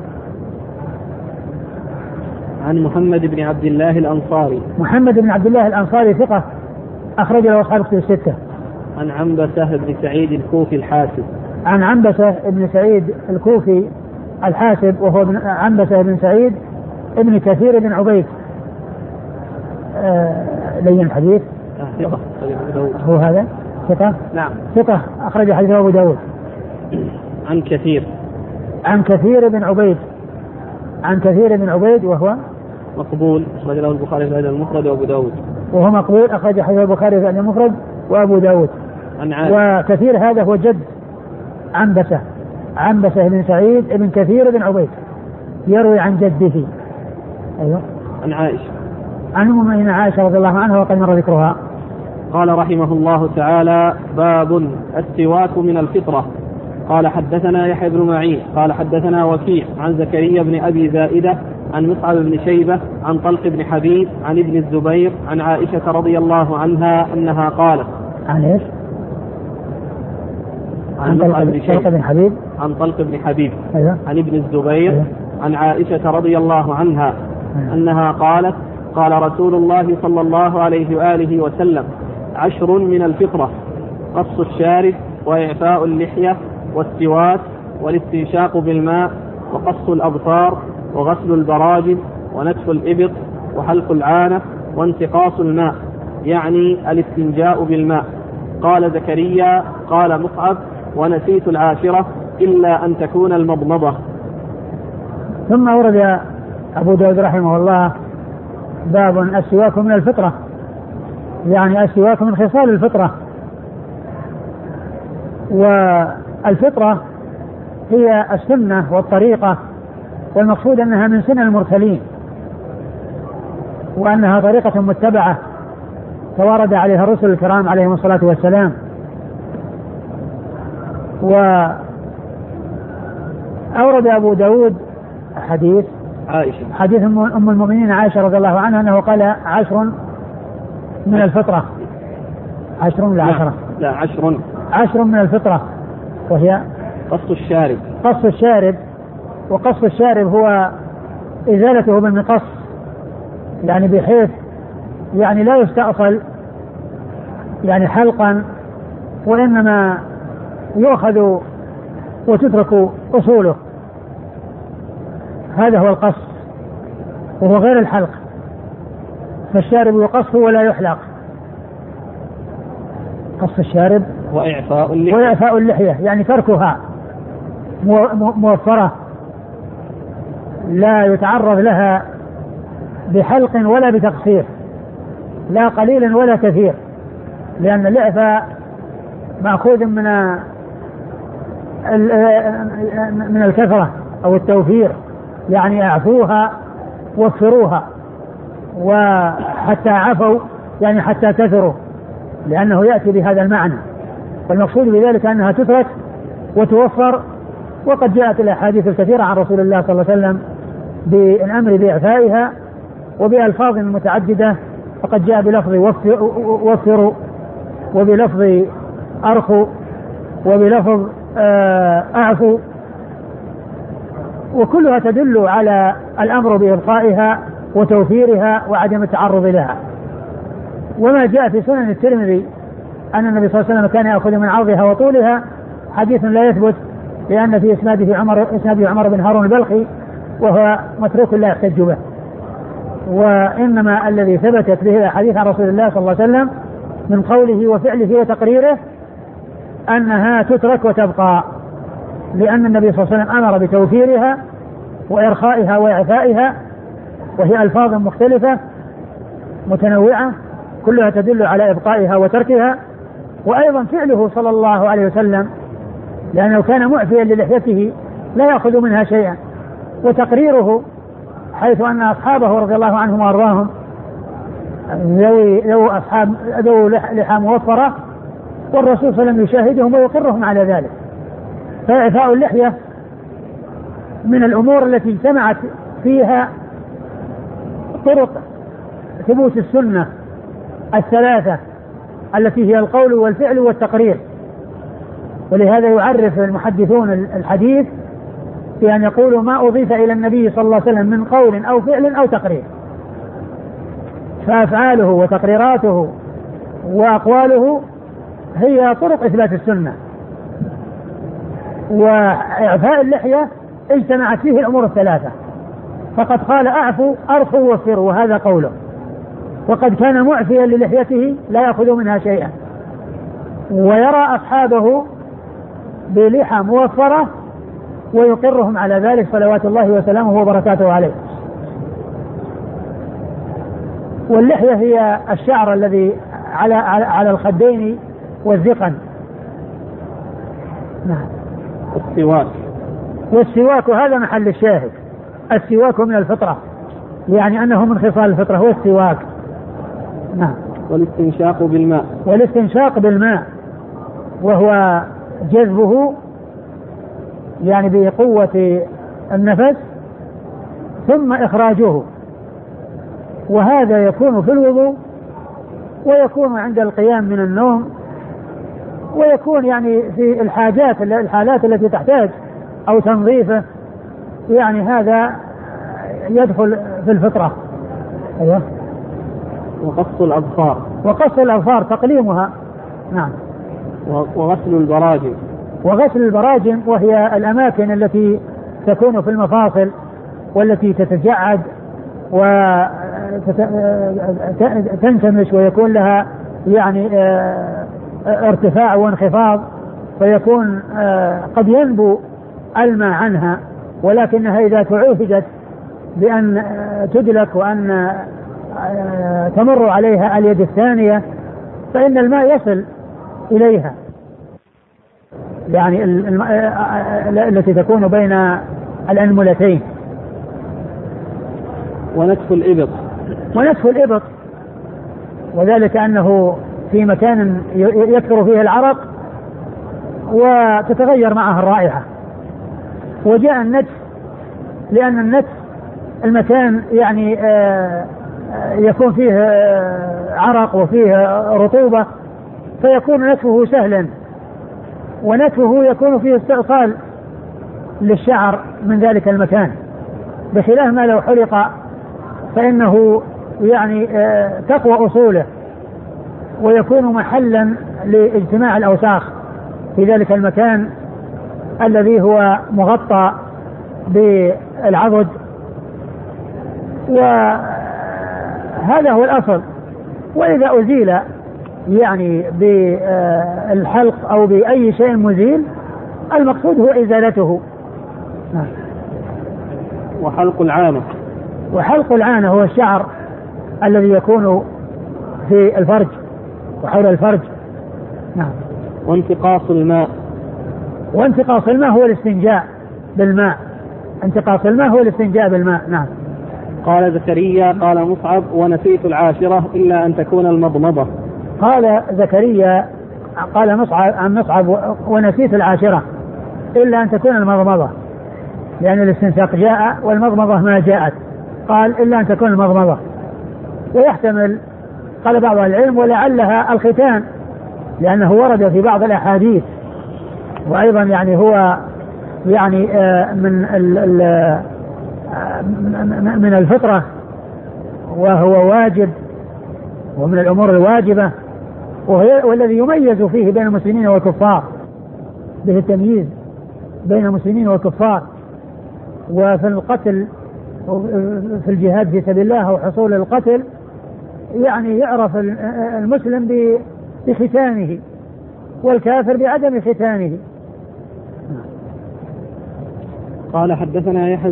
Speaker 1: عن محمد بن عبد الله الأنصاري.
Speaker 2: محمد بن عبد الله الأنصاري ثقة أخرج له أصحاب الكتب الستة.
Speaker 1: عن عنبسة بن سعيد الكوفي الحاسب.
Speaker 2: عن عنبسة بن سعيد الكوفي الحاسب وهو عنبسة بن سعيد ابن كثير بن عبيد لين الحديث.
Speaker 1: ثقة.
Speaker 2: هو هذا ثقة؟
Speaker 1: نعم.
Speaker 2: ثقة أخرج حديث أبو داود.
Speaker 1: عن كثير.
Speaker 2: عن كثير بن عبيد. عن كثير بن عبيد وهو
Speaker 1: مقبول، أخرج له البخاري في المفرد وأبو داود.
Speaker 2: وهو مقبول، أخرج حديث البخاري في المفرد وأبو داود. وكثير هذا هو جد عنبسة، عنبسة بن سعيد بن كثير بن عبيد، يروي عن جده. أيوه.
Speaker 1: عن عائشة.
Speaker 2: عن أم عائشة رضي الله عنها وقد مر ذكرها.
Speaker 1: قال رحمه الله تعالى: باب السواك من الفطرة. قال حدثنا يحيى بن معين قال حدثنا وكيع عن زكريا بن أبي زائدة عن مصعب بن شيبة عن طلق بن حبيب عن ابن الزبير عن عائشة رضي الله عنها أنها قالت.
Speaker 2: عن إيش؟
Speaker 1: عن طلق
Speaker 2: بن حبيب.
Speaker 1: عن طلق بن حبيب.
Speaker 2: أيوه.
Speaker 1: عن ابن الزبير.
Speaker 2: أيوه.
Speaker 1: عن عائشة رضي الله عنها. أيوه. أنها قالت: قال رسول الله صلى الله عليه وآله وسلم: 10 من الفطرة: قص الشارب، وإعفاء اللحية، والسواك، والاستنشاق بالماء، وقص الأظفار، وغسل البراجم، ونتف الإبط، وحلق العانة، وانتقاص الماء، يعني الاستنجاء بالماء. قال زكريا: قال مصعب: ونسيت 10 إلا أن تكون المضمضة.
Speaker 2: ثم ورد أبو داود رحمه الله باب السواك من الفطرة، يعني السواك من خصال الفطرة. والفطرة هي السنة والطريقة، والمقصود أنها من سنن المرسلين، وأنها طريقة متبعة توارد عليها الرسل الكرام عليهم الصلاة والسلام. وأورد أبو داود حديث أم المؤمنين عائشة رضي الله عنها أنه قال 10 من الفطرة. 10 ولا 10؟
Speaker 1: لا 10.
Speaker 2: 10 من الفطرة، وهي
Speaker 1: قص الشارب.
Speaker 2: قص الشارب. وقص الشارب هو إزالته بالمقص، يعني بحيث يعني لا يستأصل يعني حلقا، وإنما يؤخذ وتترك أصوله. هذا هو القص، وهو غير الحلق. فالشارب يقص ولا يحلق. قص الشارب وإعفاء اللحية يعني تركها موفرة، لا يتعرض لها بحلق ولا بتقصير، لا قليل ولا كثير، لأن الإعفاء مأخوذ من الكثرة أو التوفير، يعني أعفوها وفروها، وحتى عفوا يعني حتى كثروا، لأنه يأتي بهذا المعنى. والمقصود بذلك أنها تترك وتوفر. وقد جاءت الأحاديث الكثيرة عن رسول الله صلى الله عليه وسلم بالأمر بإعفائها وبألفاظ متعددة، فقد جاء بلفظ وفروا، وبلفظ أرخوا، وبلفظ أعفوا، وكلها تدل على الأمر بإبقائها وتوفيرها وعدم التعرض لها. وما جاء في سنن الترمذي أن النبي صلى الله عليه وسلم كان يأخذ من عرضها وطولها حديث لا يثبت، لأن في إسناده عمر بن هارون البلخي، وهو متروك لا يحتج به. وإنما الذي ثبتت به الحديث عن رسول الله صلى الله عليه وسلم من قوله وفعله وتقريره أنها تترك وتبقى، لأن النبي صلى الله عليه وسلم أمر بتوفيرها وإرخائها وإعفائها، وهي ألفاظ مختلفة متنوعة كلها تدل على إبقائها وتركها. وأيضا فعله صلى الله عليه وسلم، لأنه كان معفيا للحيته لا يأخذ منها شيئا، وتقريره حيث أن أصحابه رضي الله عنهم وأرضاهم ذو لحى موفرة، والرسول صلى الله عليه وسلم يشاهدهم ويقرهم على ذلك. فإعفاء اللحية من الأمور التي اجتمعت فيها طرق ثبوت السنة الثلاثة التي هي القول والفعل والتقرير. ولهذا يعرف المحدثون الحديث بأن يقولوا ما أضيف إلى النبي صلى الله عليه وسلم من قول أو فعل أو تقرير، فأفعاله وتقريراته وأقواله هي طرق إثبات السنة. وإعفاء اللحية اجتمعت فيه الأمور الثلاثة، فقد قال أعفوا أرخوا وفروا، وهذا قوله، وقد كان معفيا للحيته لا يأخذ منها شيئا، ويرى أصحابه بلحى موفرة ويقرهم على ذلك صلوات الله وسلامه وبركاته عليه. واللحية هي الشعر الذي على الخدين والذقن. نعم. والسواك هذا محل الشاهد. السواك من الفطرة، يعني أنه من خصال الفطرة هو السواك. نعم. والاستنشاق بالماء وهو جذبه يعني بقوة النفس ثم إخراجه، وهذا يكون في الوضوء ويكون عند القيام من النوم ويكون يعني في الحالات التي تحتاج أو تنظيفه، يعني هذا يدخل في الفطرة. أيوه. وقص الأظفار تقليمها. نعم. وغسل البراجم وهي الأماكن التي تكون في المفاصل والتي تتجعد وتنكمش ويكون لها يعني ارتفاع وانخفاض، فيكون قد ينبو الماء عنها، ولكنها إذا تعوهدت بأن تدلك وأن تمر عليها اليد الثانية فإن الماء يصل إليها، يعني التي تكون بين الأنملتين.
Speaker 1: ونتف
Speaker 2: الإبط وذلك أنه في مكان يكثر فيه العرق وتتغير معه الرائحة، وجاء النتف لأن النتف المكان يعني يكون فيه عرق وفيه رطوبة فيكون نتفه سهلا، ونتفه يكون فيه استئصال للشعر من ذلك المكان، بخلاف ما لو حلق فإنه يعني تقوى أصوله ويكون محلا لاجتماع الأوساخ في ذلك المكان الذي هو مغطى بالعضد، وهذا هو الأصل. وإذا أزيل يعني بالحلق أو بأي شيء مزيل المقصود هو إزالته. وحلق العانة هو الشعر الذي يكون في الفرج وحول الفرج. نعم.
Speaker 1: وانتقاص
Speaker 2: الماء هو الاستنجاء بالماء. انتقاص الماء هو الاستنجاء بالماء. نعم.
Speaker 1: قال زكريا قال مصعب ونسيت العاشرة إلا أن تكون المضمضة.
Speaker 2: قال زكريا قال مصعب ونسيت العاشرة إلا أن تكون المضمضة، لأن الاستنشاق جاء والمضمضة ما جاءت، قال إلا أن تكون المضمضة. ويحتمل قال بعض العلم ولعلها الختان، لأنه ورد في بعض الأحاديث، وأيضا يعني هو يعني من الفطرة وهو واجب ومن الأمور الواجبة، والذي يميز فيه بين المسلمين والكفار، به التمييز بين المسلمين والكفار. وفي القتل في الجهاد في سبيل الله وحصول القتل يعني يعرف المسلم بختانه والكافر بعدم ختانه.
Speaker 1: قال حدثنا يحيى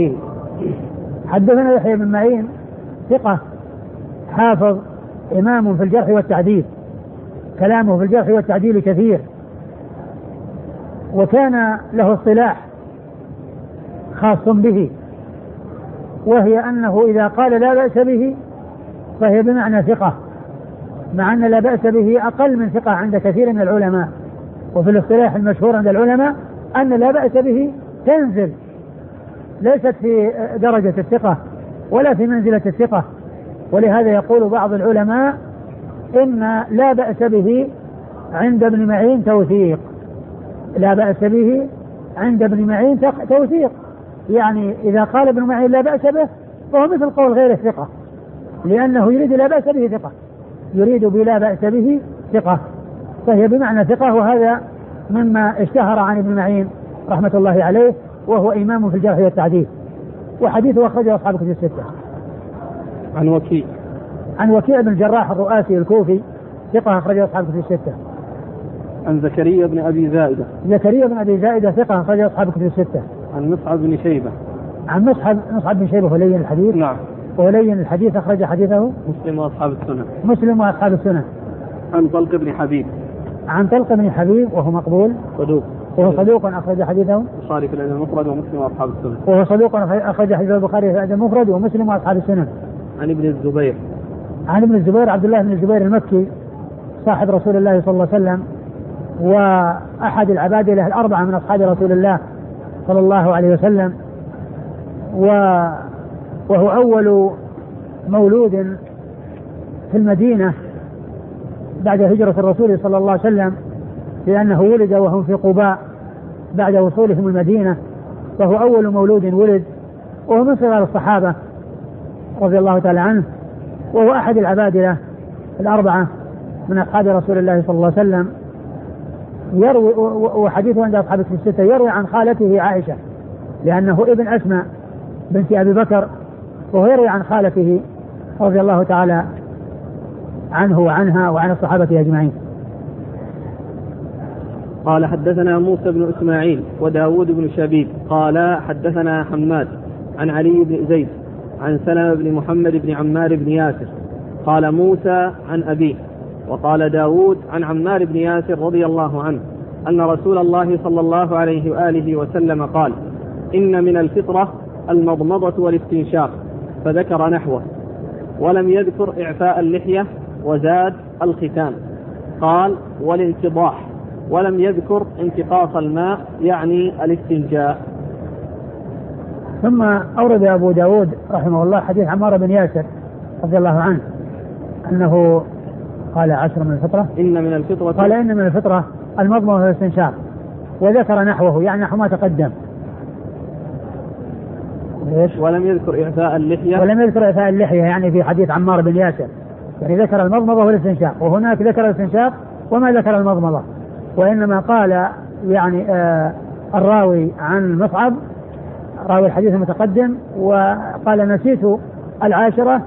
Speaker 1: بن معين ثقة حافظ إمام في الجرح والتعديل، كلامه في الجرح والتعديل كثير، وكان له اصطلاح خاص به، وهي أنه إذا قال لا بأس به فهي بمعنى ثقة، مع أن لا بأس به أقل من ثقة عند كثير من العلماء. وفي الاصطلاح المشهور عند العلماء أن لا بأس به تنزل، ليست في درجة الثقة ولا في منزلة الثقة. ولهذا يقول بعض العلماء إن لا بأس به عند ابن معين توثيق، لا بأس به عند ابن معين توثيق، يعني إذا قال ابن معين لا بأس به فهو مثل قول غير الثقة، لأنه يريد لا بأس به ثقة، يريد بلا بأس به ثقة، فهي بمعنى ثقة. وهذا مما اشتهر عن ابن معين رحمة الله عليه، وهو إمام في الجرح والتعديل، وحديثه أخرجه أصحاب الكتب الستة. عن
Speaker 2: وكيع بن الجراح الرؤاسي الكوفي ثقة أخرجه أصحاب الكتب الستة.
Speaker 1: عن زكريا بن أبي زائدة.
Speaker 2: زكريا بن أبي زائدة ثقة أخرج أصحاب كتب الستة.
Speaker 1: عن مصعب بن شيبة.
Speaker 2: عن مصعب بن شيبة ولين الحديث.
Speaker 1: نعم.
Speaker 2: ولين الحديث أخرج حديثه
Speaker 1: مسلم وأصحاب السنن.
Speaker 2: مسلم وأصحاب السنن.
Speaker 1: عن طلق بن حبيب.
Speaker 2: عن طلق بن حبيب وهو مقبول.
Speaker 1: صدوق.
Speaker 2: وهو صدوق أخرج حديثه
Speaker 1: البخاري في الأدب المفرد ومسلم وأصحاب السنن.
Speaker 2: وهو صدوق أخرج حديث البخاري في الأدب المفرد ومسلم وأصحاب السنن.
Speaker 1: عن ابن الزبير.
Speaker 2: عن ابن الزبير عبد الله بن الزبير المكي صاحب رسول الله صلى الله عليه وسلم وأحد العبادلة الأربعة من أصحاب رسول الله صلى الله عليه وسلم، وهو أول مولود في المدينة بعد هجرة الرسول صلى الله عليه وسلم، لأنه ولد وهم في قباء بعد وصولهم المدينة، وهو أول مولود ولد، وهو من صغار الصحابة رضي الله تعالى عنه، وهو أحد العبادلة الأربعة من أصحاب رسول الله صلى الله عليه وسلم. يروي وحديثه عند أصحاب الستة يروي عن خالته عائشة لأنه ابن أسماء بنت أبي بكر، وهو يروي عن خالته رضي الله تعالى عنه وعنها وعن الصحابة أجمعين.
Speaker 1: قال حدثنا موسى بن إسماعيل وداود بن شبيب قال حدثنا حماد عن علي بن زيد عن سلمة بن محمد بن عمار بن ياسر قال موسى عن أبيه، وقال داود عن عمار بن ياسر رضي الله عنه أن رسول الله صلى الله عليه وآله وسلم قال: إن من الفطرة المضمضة والاستنشاق، فذكر نحوه، ولم يذكر إعفاء اللحية، وزاد الختان. قال: والانتضاح، ولم يذكر انتقاص الماء يعني الاستنجاء.
Speaker 2: ثم أورد أبو داود رحمه الله حديث عمار بن ياسر رضي الله عنه أنه قال 10 من الفطرة،
Speaker 1: إن من الفطرة،
Speaker 2: قال إن من الفطرة المضمضة والاستنشاق، وذكر نحوه يعني نحو ما تقدم.
Speaker 1: ولم يذكر إعفاء اللحية،
Speaker 2: ولم يذكر إعفاء اللحية يعني في حديث عمار بن ياسر، يعني ذكر المضمضة والاستنشاق، وهناك ذكر الاستنشاق وما ذكر المضمضة، وإنما قال يعني الراوي عن مصعب راوي الحديث المتقدم وقال نسيت العاشرة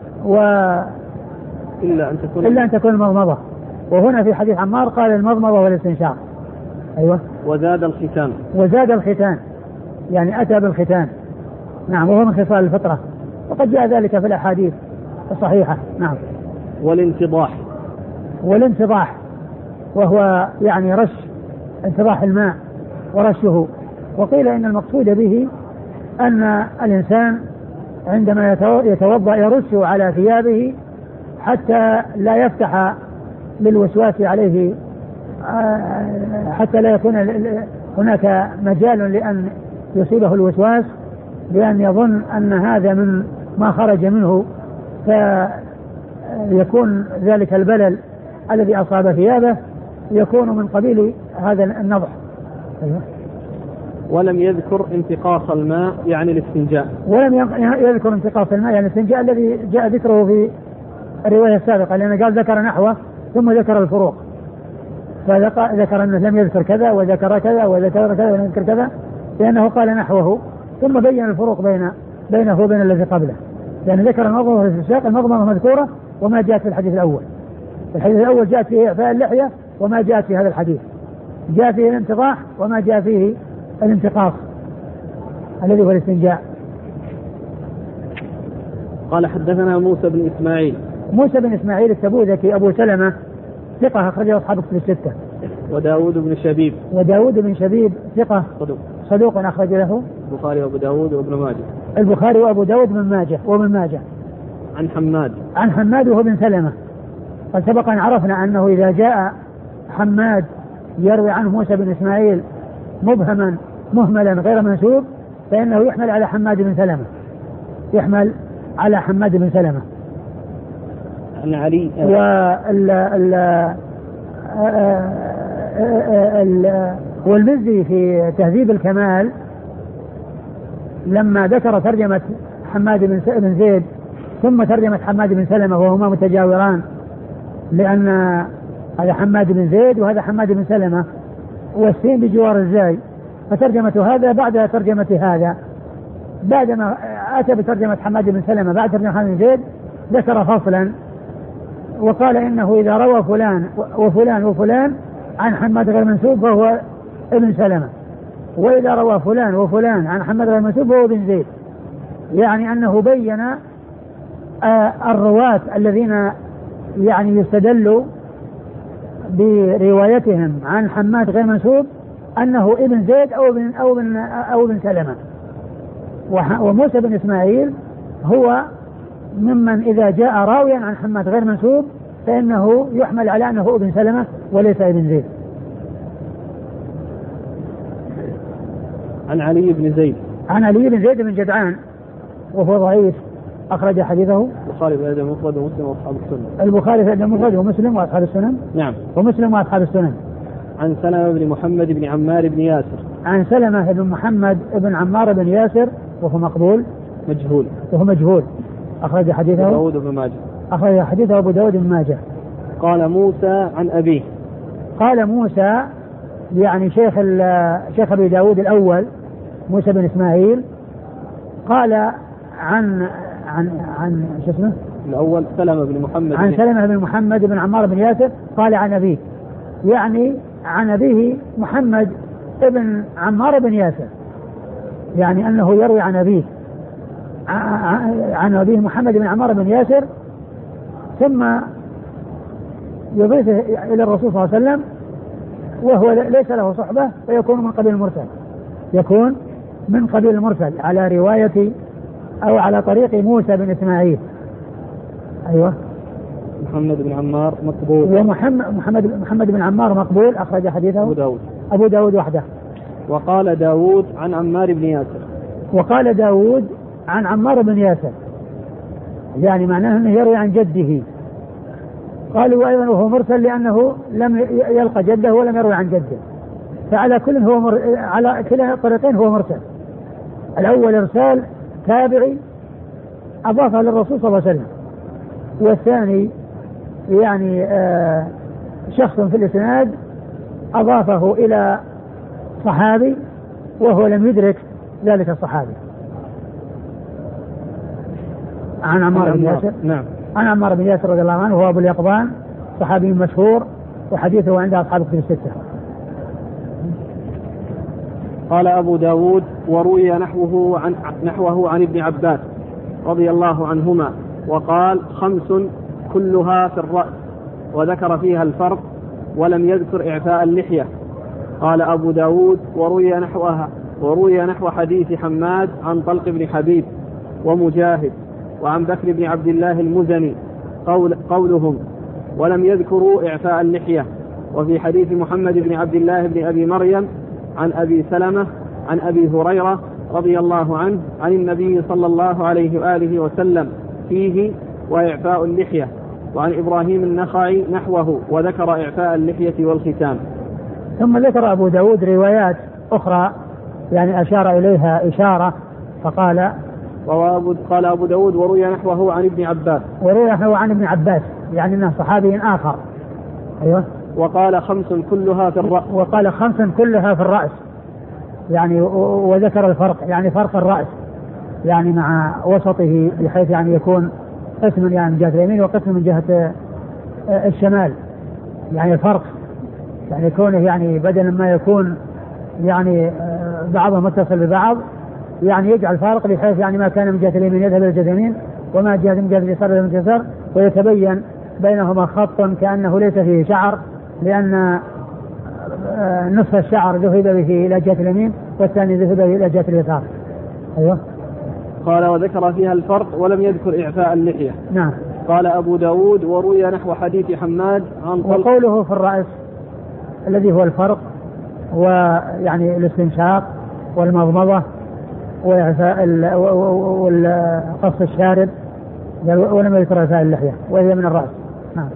Speaker 2: إلا أن تكون المضمضة، وهنا في حديث عمار قال المضمضة والاستنشاق. أيوة.
Speaker 1: وزاد الختان،
Speaker 2: وزاد الختان يعني أتى بالختان. نعم، وهو من خصال الفطرة، وقد جاء ذلك في الأحاديث الصحيحة. نعم.
Speaker 1: والانتضاح،
Speaker 2: والانتضاح وهو يعني رش انتضاح الماء ورشه، وقيل إن المقصود به أن الإنسان عندما يتوضأ يرش على ثيابه حتى لا يفتح للوسواس عليه، حتى لا يكون هناك مجال لأن يصيبه الوسواس بأن يظن أن هذا من ما خرج منه، فيكون ذلك البلل الذي أصاب ثيابه يكون من قبيل هذا النضح. أيوة.
Speaker 1: ولم يذكر انتقاص الماء يعني الاستنجاء،
Speaker 2: ولم يذكر انتقاص الماء يعني الاستنجاء الذي جاء ذكره في الرواية السابقة، لأنه قال ذكر نحوه ثم ذكر الفروق، فذكر أنه لم يذكر كذا وذكر كذا وذكر كذا ولم يذكر كذا، لأنه قال نحوه ثم بين الفروق بينه وبين الذي قبله، لأن ذكر المضمضة والاستنشاق، المضمضة مذكورة وما جاءت في الحديث الأول. الحديث الأول جاءت فيه إعفاء اللحية وما جاءت في هذا الحديث، جاء فيه الانتضاح وما جاء فيه الانتقاص الذي هو الاستنجاء.
Speaker 1: قال حدثنا موسى بن إسماعيل.
Speaker 2: موسى بن إسماعيل التبوذكي أبو سلمة ثقة أخرجه أصحاب كتب الستة.
Speaker 1: وداود بن شبيب.
Speaker 2: وداود بن شبيب ثقة صدوق أخرج له
Speaker 1: البخاري وأبو داود وابن ماجه.
Speaker 2: البخاري وأبو داود وابن ماجه.
Speaker 1: عن حماد.
Speaker 2: عن حماد وهو بن سلمة. قد سبق أن عرفنا أنه إذا جاء حماد يروي عنه موسى بن إسماعيل مبهما مهملا غير منسوب فإنه يحمل على حماد بن سلمة، يحمل على حماد بن سلمة.
Speaker 1: عن علي.
Speaker 2: والمزي في تهذيب الكمال لما ذكر ترجمة حماد بن زيد ثم ترجمة حماد بن سلمة وهما متجاوران، لأن هذا حماد بن زيد وهذا حماد بن سلمة والسين بجوار الزاي، فترجمة هذا بعد ترجمة هذا، بعدما أتى بترجمة حماد بن سلمة بعد ترجمة حماد بن زيد ذكر فصلا وقال إنه إذا روى فلان وفلان وفلان عن حماد غير منسوب فهو ابن سلمة، وإذا روى فلان وفلان عن حماد غير منسوب فهو ابن زيد. يعني أنه بين الرواة الذين يعني يستدل بروايتهم عن حماد غير منسوب أنه ابن زيد أو ابن سلمة. وموسى بن إسماعيل هو ممن إذا جاء راويا عن حماد غير منسوب فإنه يحمل على أنه ابن سلمة وليس ابن زيد.
Speaker 1: عن علي بن زيد.
Speaker 2: عن علي بن زيد بن جدعان وهو ضعيف، أخرج حديثه
Speaker 1: البخاري في الأدب المفرد ومسلم وأصحاب السنن.
Speaker 2: البخاري في الأدب المفرد ومسلم وأصحاب السنن.
Speaker 1: نعم.
Speaker 2: ومسلم وأصحاب السنن.
Speaker 1: عن سلمة بن محمد بن عمار بن ياسر.
Speaker 2: عن سلمة بن محمد بن عمار بن ياسر وهو مقبول
Speaker 1: مجهول.
Speaker 2: وهو مجهول، أخرج حديثه
Speaker 1: أبو داود بن ماجه.
Speaker 2: أخرج حديثه أبو داود بن ماجه.
Speaker 1: قال موسى عن أبيه.
Speaker 2: قال موسى يعني شيخ أبي داود الأول موسى بن إسماعيل قال عن شو اسمه
Speaker 1: الأول سلمة بن محمد
Speaker 2: عن سلمة بن محمد بن عمار بن ياسر قال عن أبيه، يعني عن أبيه محمد بن عمار بن ياسر، يعني أنه يروي عن أبيه عن أبيه محمد بن عمار بن ياسر ثم يضيفه إلى الرسول صلى الله عليه وسلم وهو ليس له صحبة فيكون من قبيل المرسل، يكون من قبيل المرسل على رواية أو على طريق موسى بن إسماعيل. أيوة.
Speaker 1: محمد بن عمار مقبول.
Speaker 2: محمد بن عمار مقبول، أخرج حديثه أبو داود وحده.
Speaker 1: وقال داود عن عمار بن ياسر.
Speaker 2: وقال داود عن عمار بن ياسر، يعني معناه أنه يروي عن جده. قالوا أيضا وهو مرسل لأنه لم يلقى جده ولم يروي عن جده، فعلى كل على كلا الطريقين هو مرسل. الأول إرسال تابعي أضافه للرسول صلى الله عليه وسلم، والثاني يعني شخص في الإسناد أضافه إلى صحابي وهو لم يدرك ذلك الصحابي. عن عمار بن ياسر.
Speaker 1: نعم.
Speaker 2: عن عمار بن ياسر رضي الله عنه وهو أبو اليقظان صحابي مشهور وحديثه عند أصحاب الكتب الستة.
Speaker 1: قال أبو داود وروي نحوه عن ابن عباس رضي الله عنهما وقال 5 كلها في الرأس، وذكر فيها الفرق ولم يذكر إعفاء اللحية. قال أبو داود وروي نحو حديث حماد عن طلق بن حبيب ومجاهد وعن بكر بن عبد الله المزني قولهم ولم يذكروا إعفاء اللحية. وفي حديث محمد بن عبد الله بن أبي مريم عن أبي سلمة عن أبي هريرة رضي الله عنه عن النبي صلى الله عليه وآله وسلم فيه وإعفاء اللحية. وعن إبراهيم النخعي نحوه وذكر إعفاء اللحية والختام.
Speaker 2: ثم ذكر أبو داود روايات أخرى يعني أشار إليها إشارة فقال
Speaker 1: قال أبو داود وروي نحوه عن ابن عباس.
Speaker 2: وروي نحوه عن ابن عباس يعني أنه صحابي آخر. أيوة.
Speaker 1: وقال 5 كلها في الرأس.
Speaker 2: وقال 5 كلها في الرأس يعني وذكر الفرق يعني فرق الرأس يعني مع وسطه بحيث يعني يكون قسم يعني من جهة اليمين وقسم من جهة الشمال، يعني الفرق يعني كونه يعني بدل ما يكون يعني بعضهم متصل ببعض يعني يجعل فارق بحيث يعني ما كان من جهة اليمين يذهب إلى جهة اليمين وما جهة من جهة اليسار إلى جهة اليسار، ويتبين بينهما خط كأنه ليس فيه شعر لأن نصف الشعر ذهب به إلى جهة اليمين والثاني ذهب به إلى جهة اليسار. أيوه.
Speaker 1: قال وذكر فيها الفرق ولم يذكر إعفاء اللحية.
Speaker 2: نعم.
Speaker 1: قال أبو داود وروي نحو حديث حماد عن
Speaker 2: وقوله في الرأس الذي هو الفرق ويعني الاستنشاق والمضمضة وإعفاء والقص الشارب ولم يذكر إعفاء اللحية وهي من الرأس. نعم.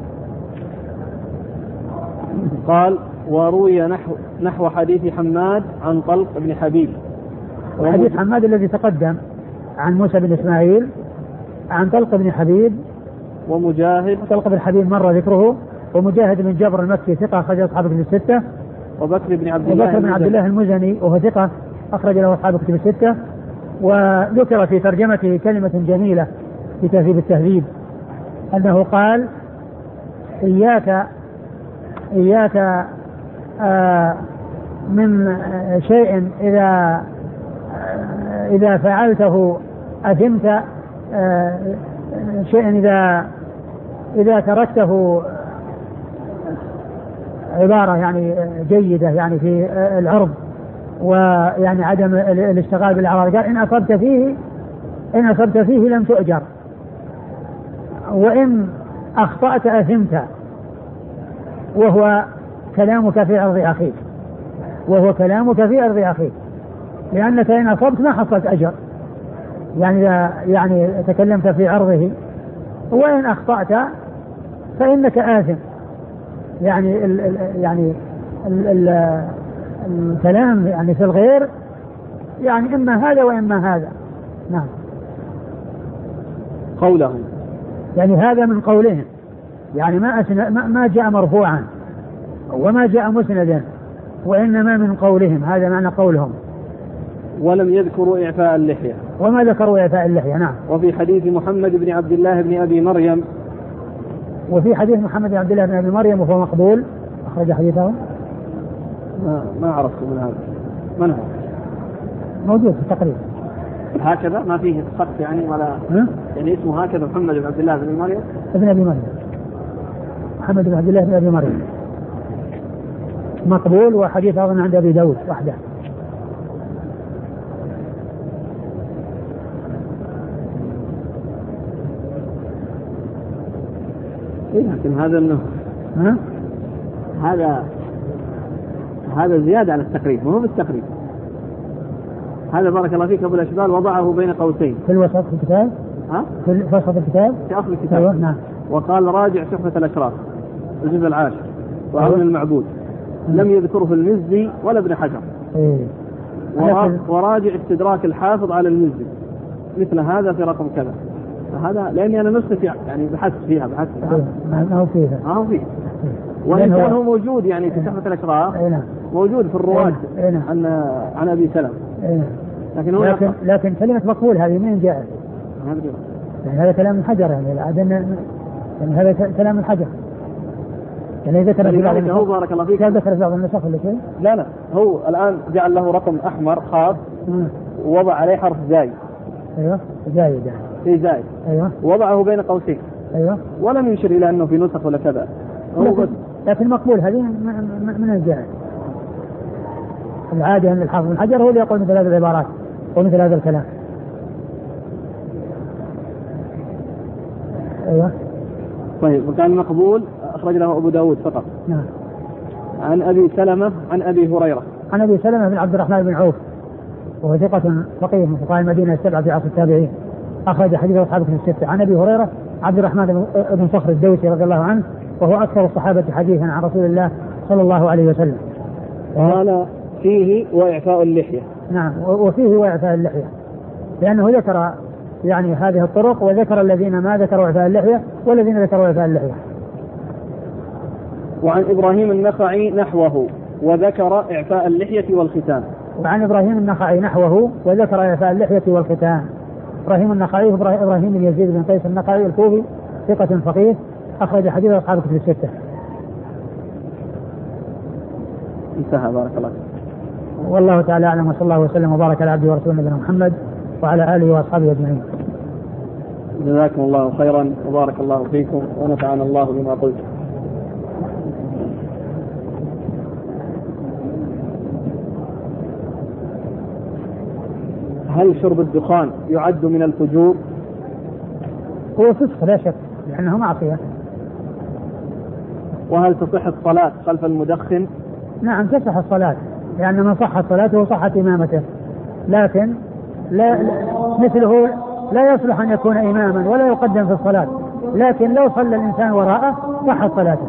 Speaker 1: قال وروي نحو حديث حماد عن طلق بن حبيب.
Speaker 2: وحديث حماد الذي تقدم عن موسى بن إسماعيل عن طلق بن حبيب
Speaker 1: ومجاهد.
Speaker 2: طلق بن حبيب مر ذكره. ومجاهد بن جبر المكي ثقة أخرج أصحاب الكتب الستة.
Speaker 1: وبكر بن
Speaker 2: عبد الله المزني وهو ثقة أخرج له أصحاب الكتب الستة. وذكر في ترجمته كلمة جميلة في تهذيب التهذيب أنه قال إياك من شيء إذا فعلته أثمت، شيء إذا تركته، عبارة يعني جيدة يعني في العرض ويعني عدم الاشتغال بالأعراض. قال إن أصبت فيه لم تؤجر، وإن أخطأت أثمت، وهو كلامك في عرض أخيك، لأنك إن أصبت ما حصلت أجر، يعني تكلمت في عرضه، وإن أخطأت فإنك آثم. يعني الكلام يعني في الغير يعني إما هذا وإما هذا. نعم.
Speaker 1: قولهم
Speaker 2: يعني هذا من قولهم، يعني ما جاء مرفوعا وما جاء مسندا، وإنما من قولهم، هذا معنى قولهم.
Speaker 1: ولم يذكروا إعفاء اللحية،
Speaker 2: وما ذكروا إعفاء اللحية. نعم.
Speaker 1: وفي حديث محمد بن عبد الله بن أبي مريم، وهو مقبول، أخرج حديثه. ما عرفت من هذا، من هو
Speaker 2: موجود في التقريب
Speaker 1: هكذا، ما فيه خط يعني ولا يعني اسمه هكذا، محمد بن عبد الله بن مريم محمد بن عبد الله بن أبي مريم
Speaker 2: مقبول، وحديث أيضا عند أبي داود وحده.
Speaker 1: لكن هذا انه هذا زيادة على التقريب، وهو بالتقريب. هذا بارك الله فيك أبو الأشبال وضعه بين قوسين
Speaker 2: في الوسط في الكتاب، في وسط الكتاب،
Speaker 1: في أصل الكتاب.
Speaker 2: أيوة. نعم.
Speaker 1: وقال راجع تحفة الأشراف الجزء العاشر وعون المعبود. لم يذكره المزي ولا ابن حجر. وراجع استدراك الحافظ على المزي مثل هذا في رقم كذا. هذا لأني أنا نسخة يعني بحثت فيها
Speaker 2: ما هو فيه
Speaker 1: وإن كان هو موجود يعني في تحفة الأشراف، موجود في الرواة عن أبي سلمة.
Speaker 2: لكن كلمة مقبول هذه من جاءت؟ يعني هذا كلام الحجر، يعني هذا كلام الحجر. يعني إذا كان
Speaker 1: هو بارك الله فيك
Speaker 2: ذكر بعض النسخ ولا شيء؟
Speaker 1: لا هو الآن جعل له رقم أحمر خاص ووضع عليه حرف زاي.
Speaker 2: أيوة زايد
Speaker 1: يعني. زايد.
Speaker 2: أيوة.
Speaker 1: وضعه بين قوسين.
Speaker 2: أيوة.
Speaker 1: ولم يشر إلى أنه في نسخ ولا كذا.
Speaker 2: لكن مقبول هذه من الجاهل. العادة أن الحافظ بن حجر هو اللي يقول مثل هذه العبارات ومثل هذا الكلام. أيوة.
Speaker 1: طيب، وكان مقبول أخرج له أبو داود فقط.
Speaker 2: نعم.
Speaker 1: عن أبي سلمة عن أبي هريرة.
Speaker 2: عن أبي سلمة بن عبد الرحمن بن عوف، وهو ثقة فقيه من فقهاء المدينة السبعة في عصر التابعين، أخرج حديث أصحابه في الستة. عن أبي هريرة عبد الرحمن بن صخر الدوسي رضي الله عنه، وهو أكثر الصحابة حديثا عن رسول الله صلى الله عليه وسلم.
Speaker 1: قال فيه وإعفاء اللحية.
Speaker 2: نعم، وفيه وإعفاء اللحية، لأنه ذكر يعني هذه الطرق، وذكر الذين ما ذكروا إعفاء اللحية والذين ذكروا إعفاء اللحية.
Speaker 1: وعن إبراهيم النخعي نحوه وذكر إعفاء اللحية والختان.
Speaker 2: وعن إبراهيم النخعي نحوه وذكر إعفاء اللحية والختان. إبراهيم النخعي إبراهيم بن يزيد بن قيس النخعي الكوفي، ثقة فقيه، أخرج حديث أصحاب الكتب الستة.
Speaker 1: انتهى. بارك الله.
Speaker 2: والله تعالى أعلم، وصلى الله وسلم وبارك على عبده ورسوله نبينا محمد وعلى آله وأصحابه أجمعين.
Speaker 1: جزاكم الله خيرا وبارك الله فيكم ونفعنا الله بما قلت. هل شرب الدخان يعد من الفجور؟
Speaker 2: هو فسق لا شك، لأنه معصية.
Speaker 1: وهل تصح الصلاة خلف المدخن؟
Speaker 2: نعم تصح الصلاة، لأن من صحت صلاته صحت إمامته، لكن مثله لا يصلح أن يكون إماما ولا يقدم في الصلاة، لكن لو صلى الإنسان وراءه صحت صلاته.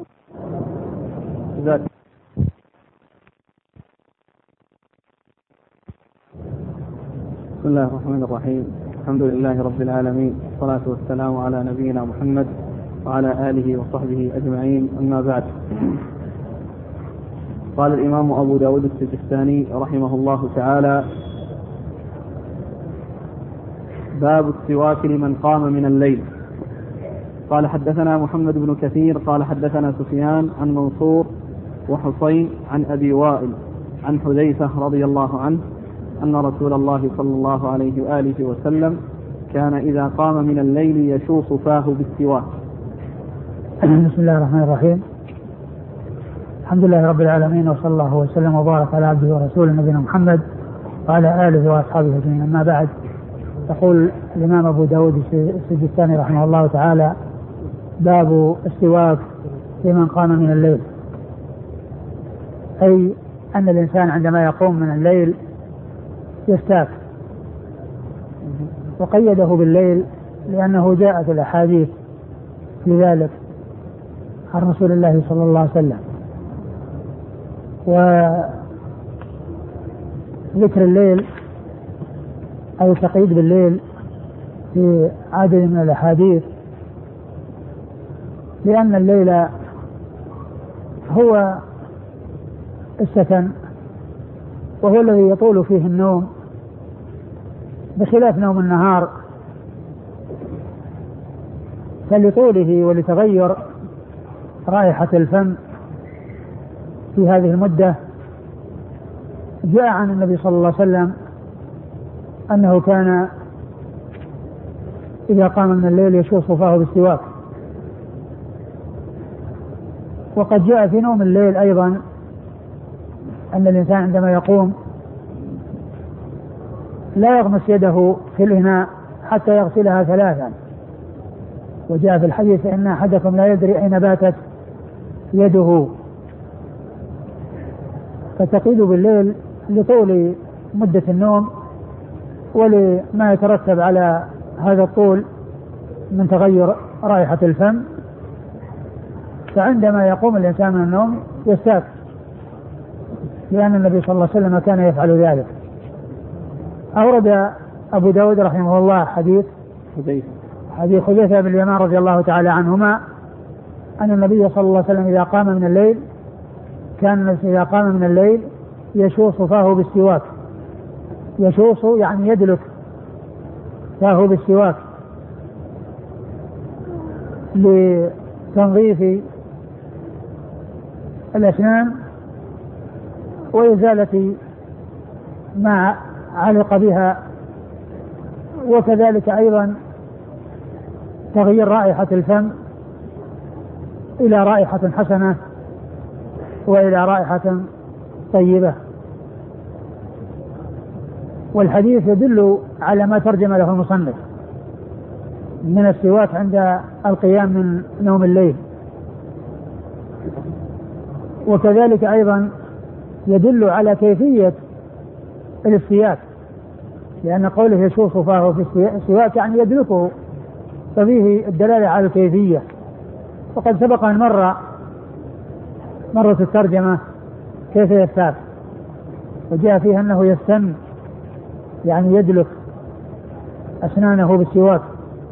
Speaker 1: بسم الله الرحمن الرحيم. الحمد لله رب العالمين، والصلاة والسلام على نبينا محمد وعلى آله وصحبه أجمعين، أما بعد. قال الإمام أبو داود السجستاني رحمه الله تعالى: باب السواك لمن قام من الليل. قال حدثنا محمد بن كثير قال حدثنا سفيان عن منصور وحصين عن أبي وائل عن حذيفة رضي الله عنه أن رسول الله صلى الله عليه وآله وسلم كان إذا قام من الليل يشوص فاه بالسواك.
Speaker 2: بسم الله الرحمن الرحيم. الحمد لله رب العالمين، وصلى الله وسلم وبارك على عبده ورسوله نبينا محمد وعلى آله وأصحابه أجمعين. أما بعد، يقول الإمام أبو داود السجستاني رحمه الله تعالى: باب السواك لمن قام من الليل، أي أن الإنسان عندما يقوم من الليل يستاك، وقيده بالليل لأنه جاءت الأحاديث في ذلك عن رسول الله صلى الله عليه وسلم. وذكر الليل أو التقييد بالليل في عدد من الأحاديث لأن الليل هو السكن، وهو الذي يطول فيه النوم بخلاف نوم النهار، فلطوله ولتغير رائحة الفم في هذه المدة جاء عن النبي صلى الله عليه وسلم أنه كان إذا قام من الليل يشوص فاه بالسواك. وقد جاء في نوم الليل أيضا أن الإنسان عندما يقوم لا يغمس يده في الإناء حتى يغسلها ثلاثا، وجاء في الحديث إن أحدكم لا يدري أين باتت يده. فتقيد بالليل لطول مدة النوم ولما يترتب على هذا الطول من تغير رائحة الفم، فعندما يقوم الإنسان من النوم يستاك، لأن النبي صلى الله عليه وسلم كان يفعل ذلك. أورد أبو داود رحمه الله حديث حذيفة بن اليمان رضي الله تعالى عنهما أن النبي صلى الله عليه وسلم إذا قام من الليل كان إذا قام من الليل يشوص فاه بالسواك. يشوص يعني يدلك فاه بالسواك لتنظيف الأسنان وإزالة ما علق بها، وكذلك أيضا تغيير رائحة الفم إلى رائحة حسنة وإلى رائحة طيبة. والحديث يدل على ما ترجم له المصنف من السواك عند القيام من نوم الليل، وكذلك أيضا يدل على كيفية الاستياك، لأن قوله يشوص فاه في السواك يعني يدلكه، ففيه الدلالة على الكيفية. وقد سبق أن مرت الترجمة كيف يستاك، وجاء فيها أنه يستن يعني يدلك أسنانه بالسواك.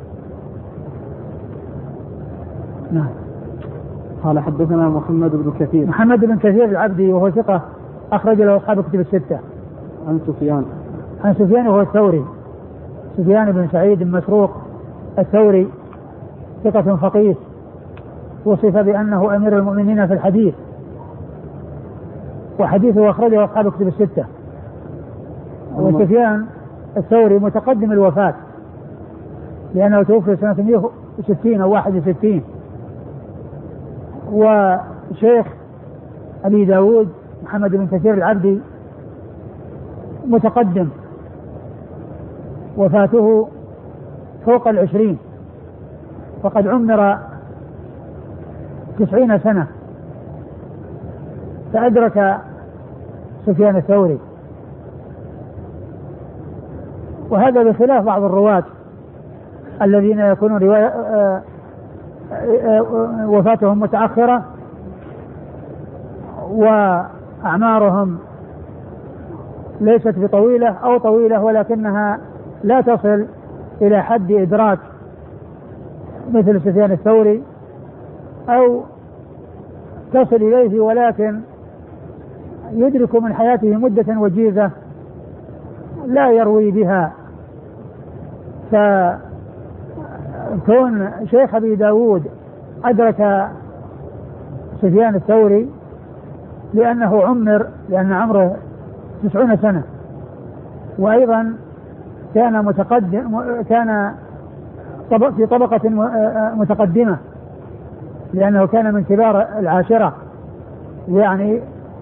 Speaker 2: نعم.
Speaker 1: قال حدثنا محمد بن
Speaker 2: كثير العبدي وهو ثقة أخرج له أصحاب كتب الستة. عن سفيان وهو الثوري، سفيان بن سعيد مسروق الثوري ثقة فقيه، وصف بأنه أمير المؤمنين في الحديث، وحديثه أخرجه أصحاب كتب الستة. وسفيان الثوري متقدم الوفاة لأنه توفي سنة 160 أو 61. وشيخ أبي داود محمد بن كثير العبدي متقدم، وفاته فوق 20، وقد عمر 90 سنة فأدرك سفيان الثوري. وهذا بخلاف بعض الرواة الذين يكون وفاتهم متأخرة وأعمارهم ليست بطويلة أو طويلة ولكنها لا تصل إلى حد إدراك مثل سفيان الثوري، أو تصل إليه ولكن يدرك من حياته مدة وجيزة لا يروي بها. فكون شيخ أبي داود أدرك سفيان الثوري لأنه عمر، لأن عمره 90 سنة، وأيضا كان متقدم، كان في طبقة متقدمة، لأنه كان من كبار العاشرة، يعني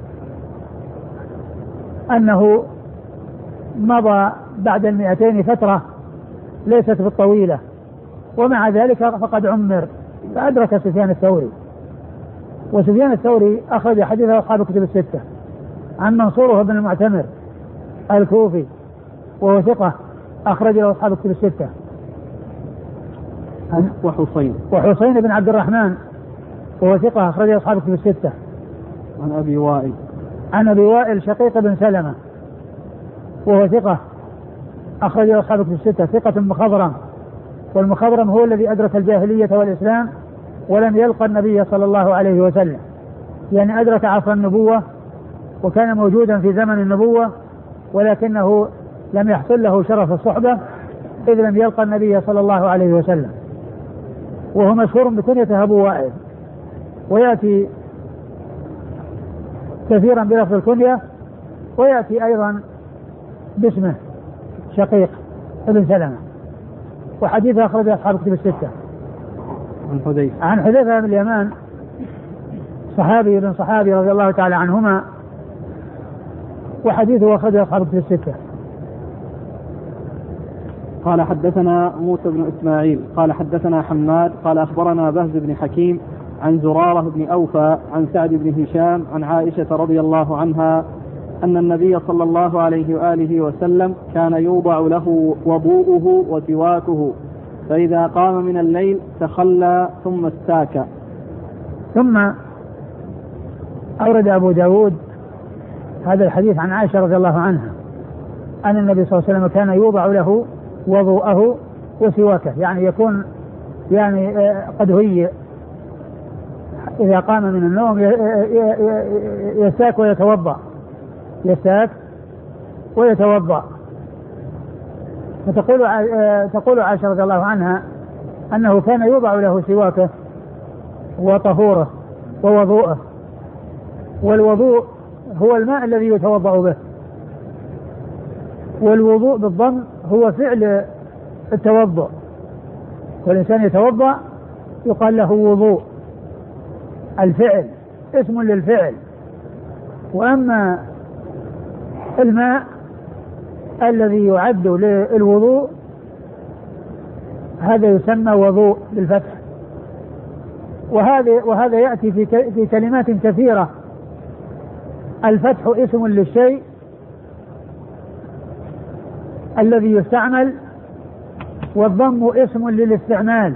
Speaker 2: أنه مضى بعد 200 فترة ليست بالطويلة، ومع ذلك فقد عمر فأدرك سفيان الثوري. وسفيان الثوري أخرج حديثه أصحاب الكتب الستة عن منصور بن المعتمر الكوفي وهو ثقة أخرج له أصحاب الكتب الستة. وحسين بن عبد الرحمن وهو ثقة أخرج له أصحاب الكتب الستة. عن أبي وائل شقيق بن سلمة وهو ثقة أخرج له أصحاب الكتب الستة، ثقة مخضرم، والمخضرم هو الذي أدرك الجاهلية والإسلام ولم يلقى النبي صلى الله عليه وسلم، يعني أدرك عصر النبوة وكان موجودا في زمن النبوة، ولكنه لم يحصل له شرف الصحبة إذ لم يلقى النبي صلى الله عليه وسلم. وهو مشهور بكنيته أبو وائل، ويأتي كثيرا بلفظ الكنية، ويأتي أيضا باسمه شقيق ابن سلمة. وحديثه أخرج أصحاب الكتب الستة. عن حذيفة بن اليمان صحابي بن صحابي رضي الله تعالى عنهما، وحديثه أخرج أصحاب الكتب الستة.
Speaker 1: قال حدثنا موسى بن إسماعيل قال حدثنا حماد قال أخبرنا بهز بن حكيم عن زرارة بن أوفى عن سعد بن هشام عن عائشة رضي الله عنها أن النبي صلى الله عليه وآله وسلم كان يوضع له وضوءه وسواكه، فإذا قام من الليل تخلى ثم استاك.
Speaker 2: ثم أورد أبو داود هذا الحديث عن عائشة رضي الله عنها أن النبي صلى الله عليه وسلم كان يوضع له وضوءه وسواكه، يعني يكون يعني قد هي إذا قام من النوم يستاك ويتوضأ، يستاك ويتوضأ. فتقول عائشة رضي الله عنها أنه كان يوضع له سواكه وطهوره ووضوءه، والوضوء هو الماء الذي يتوضأ به، والوضوء بالضم هو فعل التوضؤ، والإنسان يتوضأ يقال له وضوء، الفعل اسم للفعل. وأما الماء الذي يعد للوضوء هذا يسمى وضوء بالفتح. وهذا يأتي في كلمات كثيرة. الفتح اسم للشيء الذي يستعمل، والضم اسم للاستعمال.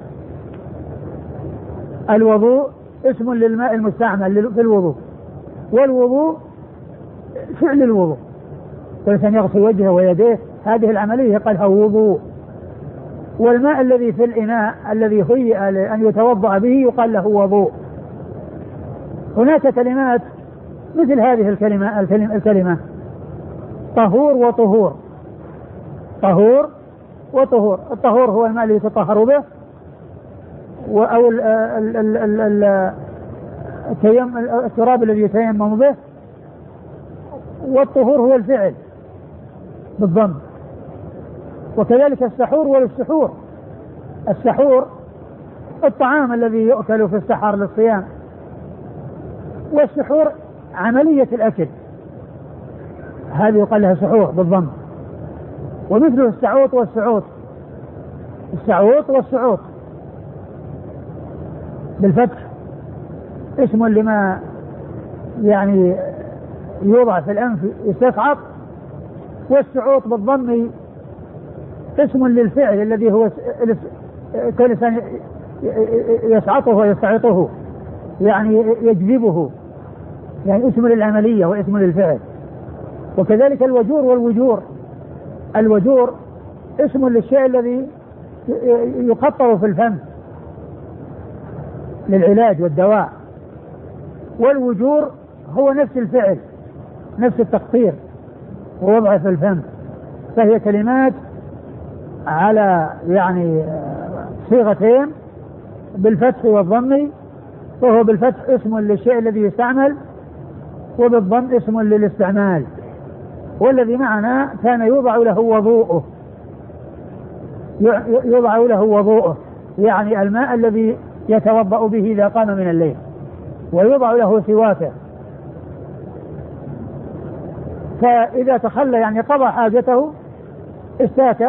Speaker 2: الوضوء اسم للماء المستعمل في الوضوء، والوضوء فعل الوضوء، فالإنسان يغسل وجهه ويديه، هذه العملية قالها وضوء. والماء الذي في الإناء الذي هيئ لأن يتوضأ به يقال له وضوء. هناك كلمات مثل هذه الكلمة طهور وطهور. طهور وطهور. الطهور هو الماء الذي يتطهر به، أو التراب الذي يتيمم به، والطهور هو الفعل بالضم. وكذلك السحور والسحور. السحور الطعام الذي يؤكل في السحر للصيام، والسحور عملية الأكل، هذه يقال لها سحور بالضم. ومثله السعوط والسعوط. السعوط والسعوط بالفتح اسم لما يعني يوضع في الأنف يستسعط، والسعوط بالضم اسم للفعل الذي هو كل إنسان يسعطه ويستعطه، يعني يجذبه، يعني اسم للعملية واسم للفعل. وكذلك الوجور والوجور. الوجور اسم للشيء الذي يقطر في الفم للعلاج والدواء، والوجور هو نفس الفعل، نفس التقطير ووضعه في الفم. فهي كلمات على يعني صيغتين بالفتح والضم. وهو بالفتح اسم للشيء الذي يستعمل، وبالضم اسم للاستعمال. والذي معنا كان يوضع له وضوءه يعني الماء الذي يتوضأ به إذا قام من الليل، ويوضع له سواكه، فإذا تخلى يعني قضى حاجته استاك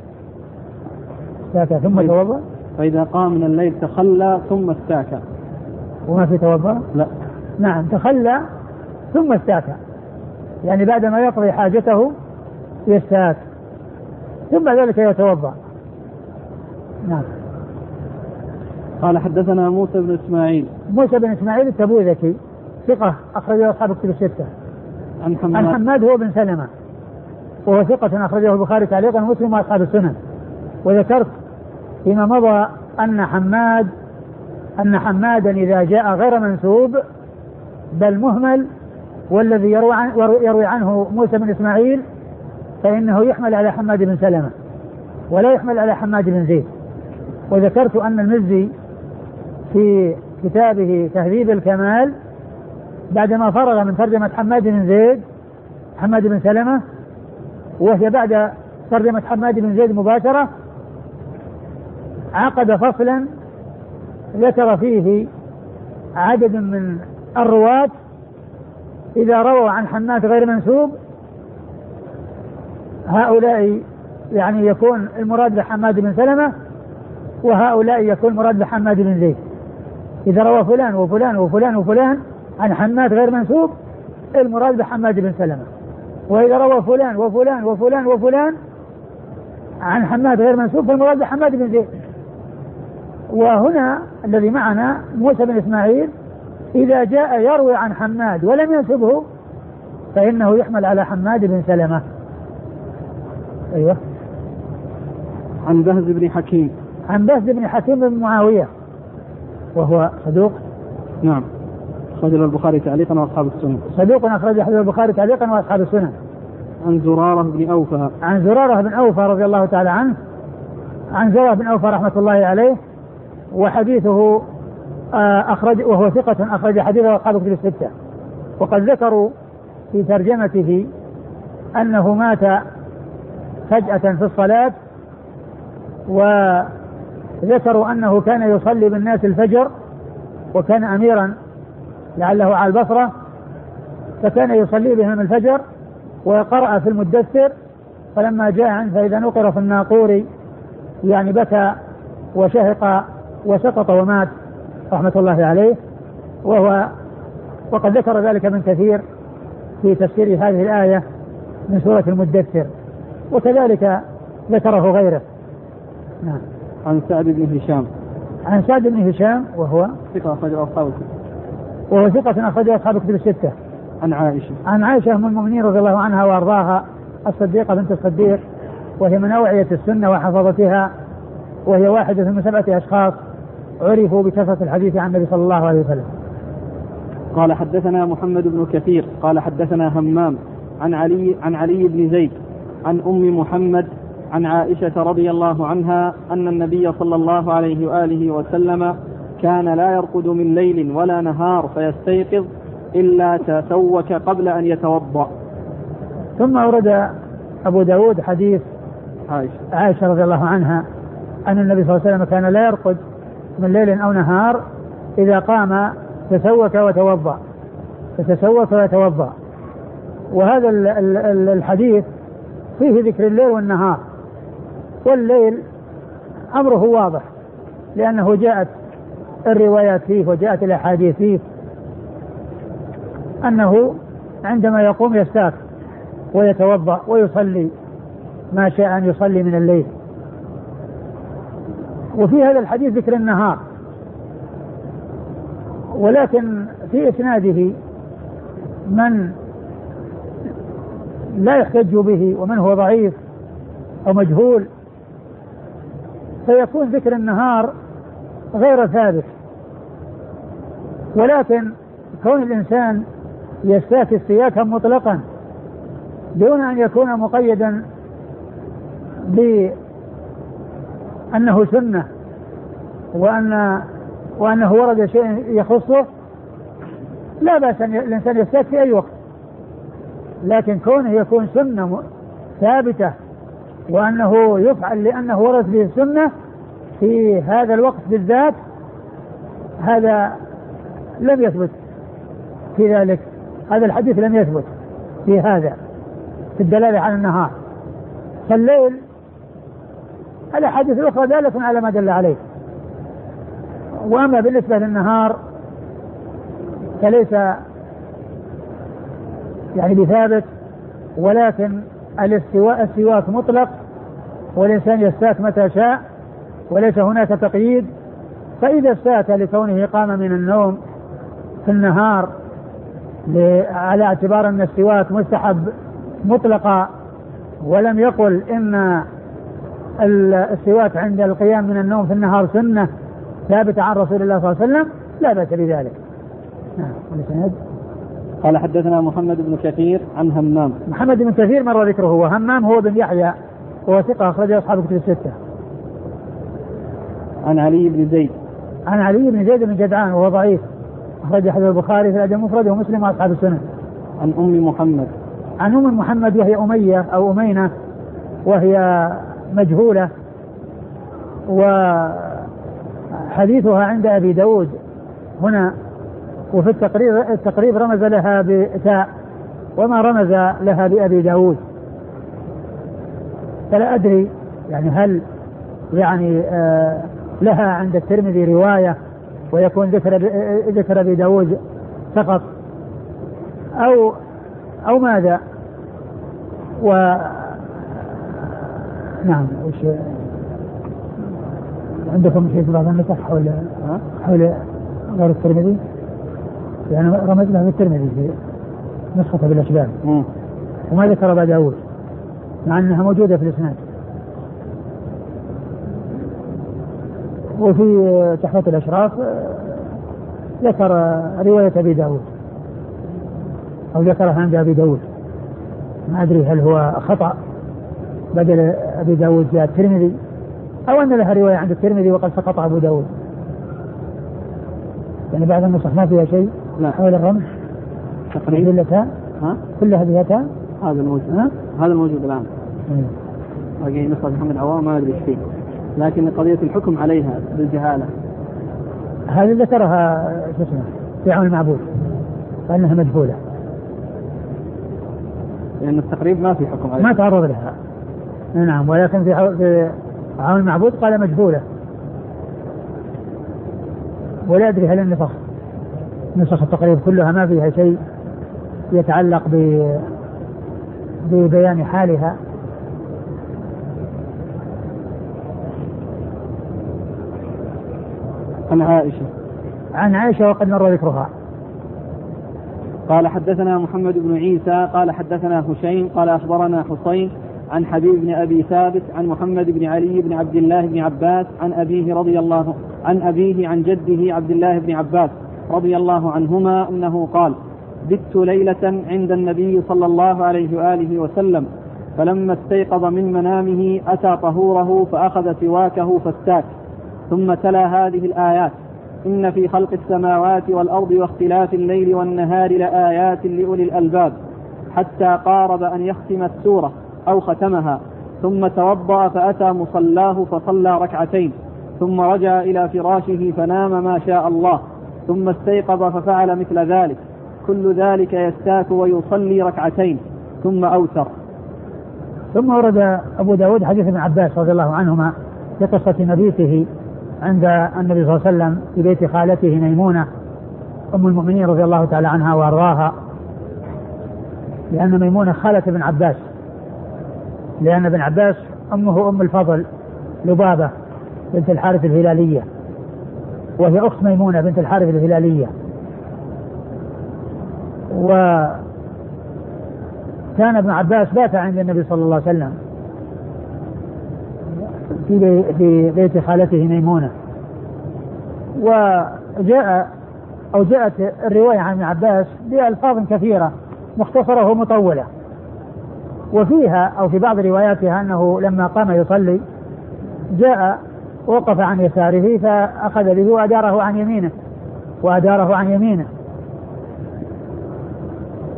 Speaker 2: ثم توضأ.
Speaker 1: فإذا قام من الليل تخلى ثم استاك.
Speaker 2: وما في توضأ؟
Speaker 1: لا.
Speaker 2: نعم، تخلى ثم استاك، يعني بعدما يقضي حاجته يستاك ثم ذلك يتوضأ. نعم.
Speaker 1: قال حدثنا موسى بن إسماعيل
Speaker 2: التبوذكي ثقة أخرجه أصحاب الكتب الستة. عن حماد هو بن سلمة وهو ثقة أخرجه البخاري تعليقا ومسلم وأصحاب السنن. وذكرت فيما مضى أن حمادا إذا جاء غير منسوب بل مهمل والذي يروي عنه موسى بن إسماعيل فإنه يحمل على حماد بن سلمة ولا يحمل على حماد بن زيد. وذكرت أن المزي في كتابه تهذيب الكمال بعدما فرغ من ترجمة حماد بن سلمة وهي بعد ترجمة حماد بن زيد مباشرة عقد فصلا ذكر فيه عدد من الرواة إذا رووا عن حماد غير منسوب هؤلاء يعني يكون المراد بحماد بن سلمة وهؤلاء يكون المراد بحماد بن زيد. إذا روى فلان وفلان وفلان وفلان عن حماد غير منسوب المراد بحماد بن سلمة، وإذا روى فلان وفلان وفلان وفلان عن حماد غير منسوب فالمراد بحماد بن زيد. وهنا الذي معنا موسى بن إسماعيل إذا جاء يروي عن حماد ولم ينسبه فإنه يحمل على حماد بن سلمة. أيوة.
Speaker 1: عن بهز بن حكيم بن معاوية وهو صدوق. نعم، أخرجه البخاري تعليقا وأصحاب السنن.
Speaker 2: صدوق أخرجه البخاري تعليقا وأصحاب السنن.
Speaker 1: عن زرارة بن أوفى رضي الله تعالى عنه. عن زرارة بن أوفى رحمة الله عليه وحديثه وهو ثقة أخرج حديثه أصحاب الكتب الستة. وقد ذكروا في ترجمته أنه مات فجأة في الصلاة، وذكروا أنه كان يصلي بالناس الفجر وكان أميرا لعله على البصرة، فكان يصلي بهم الفجر وقرأ في المدثر، فلما جاء عنه فإذا نقر في الناقور يعني بكى وشهق وسقط ومات رحمة الله عليه. وقد ذكر ذلك من كثير في تفسير هذه الآية من سورة المدثر، وكذلك ذكره غيره. نعم. عن سعد بن هشام وهو ثقة أخرجه أصحاب الكتب الستة. عن عائشة أم المؤمنين رضي الله عنها وأرضاها الصديقة بنت الصديق، وهي من أوعية السنة وحفظتها، وهي واحدة من 7 أشخاص عرفوا بكثرة الحديث عن النبي صلى الله عليه وسلم. قال حدثنا محمد بن كثير قال حدثنا همام عن علي بن زيد عن أم محمد عن عائشة رضي الله عنها أن النبي صلى الله عليه وآله وسلم كان لا يرقد من ليل ولا نهار فيستيقظ إلا تسوك قبل أن يتوضأ.
Speaker 2: ثم أورد أبو داود حديث عائشة رضي الله عنها أن النبي صلى الله عليه وسلم كان لا يرقد من ليل أو نهار، إذا قام تسوك وتوضأ. وهذا الحديث فيه ذكر الليل والنهار، والليل أمره واضح لأنه جاءت الروايات فيه وجاءت الأحاديث فيه أنه عندما يقوم يستاك ويتوضأ ويصلي ما شاء أن يصلي من الليل. وفي هذا الحديث ذكر النهار، ولكن في إسناده من لا يحتج به ومن هو ضعيف أو مجهول، فيكون ذكر النهار غير ثابت. ولكن كون الإنسان يستاك استياكا مطلقا دون أن يكون مقيدا بأنه سنة وأنه ورد شيء يخصه، لا بأس أن الإنسان يستاك في أي وقت، لكن كونه يكون سنة ثابتة وأنه يفعل لأنه ورد به السنة في هذا الوقت بالذات، هذا لم يثبت في ذلك، هذا الحديث لم يثبت في هذا في الدلالة على النهار. فالليل الأحاديث الأخرى دالة على ما دل عليه، وأما بالنسبة للنهار فليس يعني بثابت، ولكن السواك مطلق والإنسان يستاك متى شاء وليس هناك تقييد. فإذا استاك لكونه قام من النوم في النهار على اعتبار أن السواك مستحب مطلقا ولم يقل إن السواك عند القيام من النوم في النهار سنة ثابتة عن رسول الله صلى الله عليه وسلم، لا بأس بذلك.
Speaker 1: قال حدثنا محمد بن كثير عن همام.
Speaker 2: محمد بن كثير مر ذكره، وهمام هو بن يحيى وهو ثقة أخرجه أصحاب الكتب الستة.
Speaker 1: عن علي بن زيد.
Speaker 2: عن علي بن زيد بن جدعان وهو ضعيف، أخرج حديث البخاري في الأدب المفرد ومسلم وأصحاب السنن.
Speaker 1: عن أم محمد.
Speaker 2: عن أم محمد وهي أمية أو أمينة، وهي مجهولة، وحديثها عند أبي داود هنا، وفي التقريب رمز لها بتاء وما رمز لها بأبي داود، فلا أدري يعني هل يعني لها عند الترمذي رواية ويكون ذكر أبي داود فقط أو ماذا. نعم، وش عندكم شيء في بعض النسخ حول غير الترمذي؟ يعني رمز لها في الترمذي في نسخة بالأشبال وما ذكر أبا داود مع أنها موجودة في الإسناد. وفي تحفة الأشراف ذكر رواية أبي داود أو ذكرها عند أبي داود، ما أدري هل هو خطأ بدل أبي داود جاء الترمذي أو أن لها رواية عند الترمذي وقد سقط أبو داود. يعني بعض النسخ ما فيها شيء حول الرمز تقريبا كل هذه تاء.
Speaker 1: هذا الموجود هذا الموجود الآن. باقي نسخة محمد عوام ما أدري فيه، لكن قضية الحكم عليها بالجهالة
Speaker 2: هذه ذكرها في عون المعبود فإنها مجهولة،
Speaker 1: لأن التقريب ما في حكم عليها،
Speaker 2: ما تعرض لها. نعم، ولكن في عون المعبود قال مجهولة، ولا أدري هل نسخ التقريب كلها ما فيها شيء يتعلق ببيان حالها. عن عائشة وقد مر ذكرها.
Speaker 1: قال حدثنا محمد بن عيسى قال حدثنا هشيم قال أخبرنا حسين عن حبيب بن أبي ثابت عن محمد بن علي بن عبد الله بن عباس عن أبيه عن جده عبد الله بن عباس رضي الله عنهما أنه قال: بت ليلة عند النبي صلى الله عليه وآله وسلم، فلما استيقظ من منامه أتى طهوره فأخذ سواكه فاستاك، ثم تلا هذه الآيات: إن في خلق السماوات والأرض واختلاف الليل والنهار لآيات لأولي الألباب، حتى قارب أن يختم السورة أو ختمها، ثم توضأ فأتى مصلاه فصلى ركعتين، ثم رجع إلى فراشه فنام ما شاء الله، ثم استيقظ ففعل مثل ذلك، كل ذلك يستاك ويصلي ركعتين ثم أوتر.
Speaker 2: ثم ورد أبو داود حديث ابن عباس رضي الله عنهما في قصة مبيته عند النبي صلى الله عليه وسلم في بيت خالته ميمونة أم المؤمنين رضي الله تعالى عنها وأرضاها، لأن ميمونة خالة ابن عباس، لأن ابن عباس أمه أم الفضل لبابة بنت الحارث الهلالية، وهي أخت ميمونة بنت الحارث الهلالية. وكان ابن عباس بات عند النبي صلى الله عليه وسلم في بيت خالته ميمونة، جاءت الرواية عن ابن عباس بألفاظ كثيرة مختصرة ومطولة، وفيها أو في بعض رواياتها أنه لما قام يصلي جاء وقف عن يساره فأخذ به وأداره عن يمينه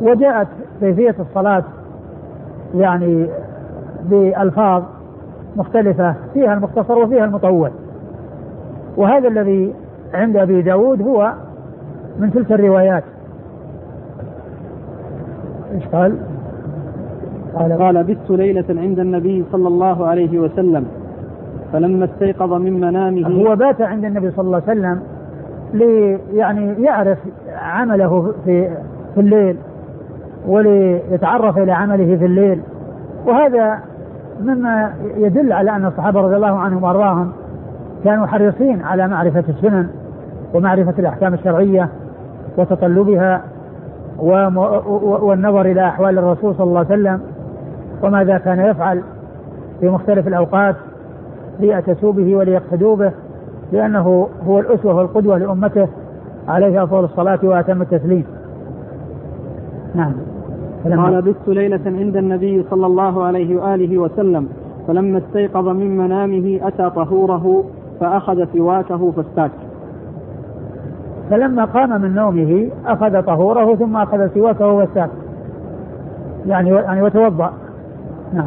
Speaker 2: وجاءت كيفية الصلاة يعني بألفاظ مختلفة فيها المختصر وفيها المطول، وهذا الذي عند أبي داود هو من تلك الروايات. إيش قال؟
Speaker 1: قال بت ليلة عند النبي صلى الله عليه وسلم فلما استيقظ من منامه.
Speaker 2: هو بات عند النبي صلى الله عليه وسلم يعني يعرف عمله في الليل وليتعرف إلى عمله في الليل، وهذا مما يدل على أن الصحابة رضي الله عنهم وأرضاهم كانوا حريصين على معرفة السنن ومعرفة الأحكام الشرعية وتطلبها والنظر إلى أحوال الرسول صلى الله عليه وسلم وماذا كان يفعل في مختلف الأوقات ليأتسوا به وليقتدوا به، لأنه هو الأسوة والقدوة لأمته عليه أفضل الصلاة وأتم التسليم. نعم.
Speaker 1: قال بت ليلة عند النبي صلى الله عليه وآله وسلم فلما استيقظ من منامه أتى طهوره فأخذ سواكه فاستاك.
Speaker 2: فلما قام من نومه أخذ طهوره ثم أخذ سواكه واستاك، يعني وتوضأ. نعم.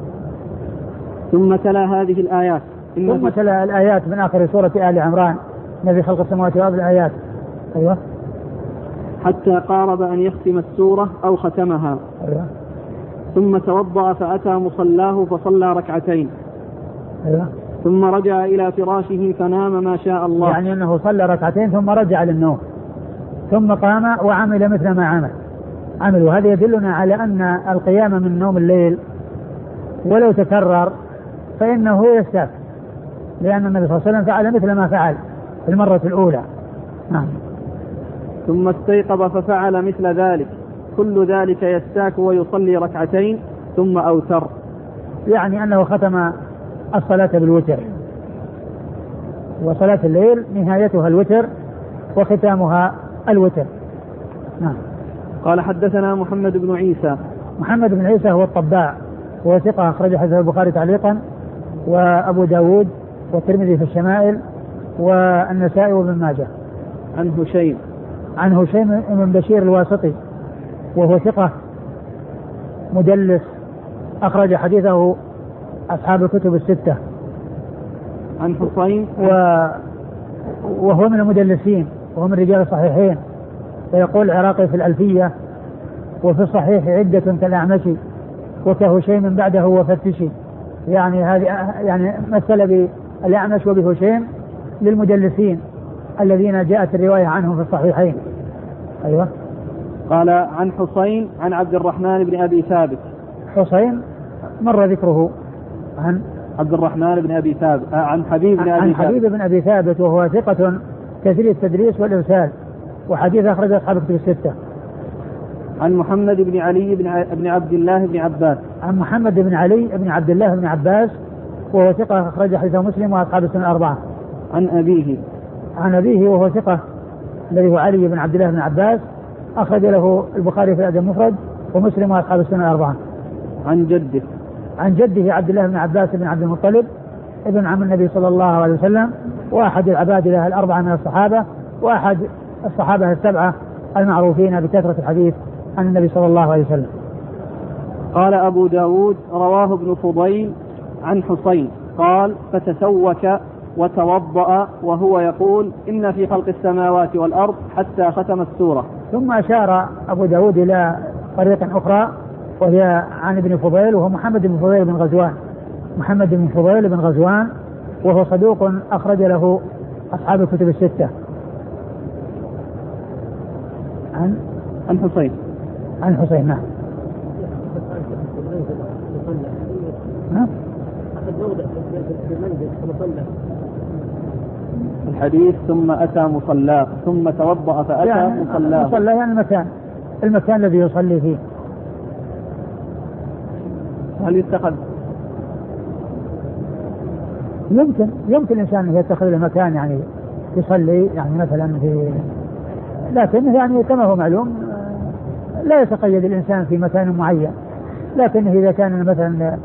Speaker 1: ثم تلا هذه الآيات.
Speaker 2: ثم تلا الآيات من آخر سورة آل عمران الذي خلق السماوات والأرض الآيات. أيوة.
Speaker 1: حتى قارب أن يختم السورة أو ختمها.
Speaker 2: أيوة.
Speaker 1: ثم توضأ فأتى مصلاه فصلى ركعتين.
Speaker 2: أيوة.
Speaker 1: ثم رجع إلى فراشه فنام ما شاء الله.
Speaker 2: يعني أنه صلى ركعتين ثم رجع للنوم ثم قام وعمل مثل ما عمل. وهذا يدلنا على أن القيام من نوم الليل ولو تكرر فإنه يستاك، لأن النبي صلى الله عليه وسلم فعل مثل ما فعل في المرة الأولى. نعم.
Speaker 1: ثم استيقظ ففعل مثل ذلك، كل ذلك يستاك ويصلي ركعتين ثم أوتر.
Speaker 2: يعني أنه ختم الصلاة بالوتر، وصلاة الليل نهايتها الوتر وختامها الوتر. نعم.
Speaker 1: قال حدثنا محمد بن عيسى.
Speaker 2: محمد بن عيسى هو الطباع، هو ثقة أخرج حديث البخاري تعليقا وأبو داود والترمذي في الشمائل والنسائي وابن ماجه. عن هشيم بن بشير الواسطي وهو ثقة مدلس أخرج حديثه أصحاب الكتب الستة.
Speaker 1: عن حصين
Speaker 2: وهو من المدلسين وهو من رجال الصحيحين، ويقول العراقي في الألفية وفي الصحيح عدة كالأعمشي وكهشيم بعده وفتشي. يعني هذه يعني مثل بالأعمش وبهشيم للمدلسين الذين جاءت الرواية عنهم في الصحيحين. أيوة.
Speaker 1: قال عن حصين عن عبد الرحمن بن أبي ثابت.
Speaker 2: حصين مر ذكره عن
Speaker 1: عبد الرحمن بن أبي ثابت عن حبيب بن أبي ثابت
Speaker 2: وهو ثقة كثير التدريس والإرسال وحديث أخرج أصحاب الكتب الستة.
Speaker 1: عن محمد بن علي بن عبد الله بن عباس.
Speaker 2: عن محمد بن علي بن عبد الله بن عباس وهو ثقة أخرج حديث مسلم وأصحاب السنن الأربعة. عن أبيه وهو ثقة الذي هو علي بن عبد الله بن عباس أخرج له البخاري في الأدب المفرد ومسلم وأصحاب السنن الأربعة. عن جده عبد الله بن عباس بن عبد المطلب ابن عم النبي صلى الله عليه وسلم وأحد العبادلة الأربعة من الصحابة وأحد الصحابة السبعة المعروفين بكثرة الحديث عن النبي صلى الله عليه وسلم.
Speaker 1: قال أبو داود رواه ابن فضيل عن حصين قال فتسوك وتوضأ وهو يقول إن في خلق السماوات والأرض حتى ختم السورة.
Speaker 2: ثم أشار أبو داود إلى طريق أخرى وهي عن ابن فضيل وهو محمد بن فضيل بن غزوان وهو صدوق أخرج له أصحاب الكتب الستة. عن حصين. نعم.
Speaker 1: الحديث ثم أتى مصلاه ثم توضأ فأتى
Speaker 2: يعني
Speaker 1: مصلاه.
Speaker 2: مصلاه يعني المكان الذي يصلي فيه.
Speaker 1: هل يتخذ؟
Speaker 2: يمكن الإنسان أن يتخذ المكان يعني يصلي يعني مثلا في، لكن يعني كما هو معلوم لا يتقيد الإنسان في مكان معين، لكن إذا كان مثلا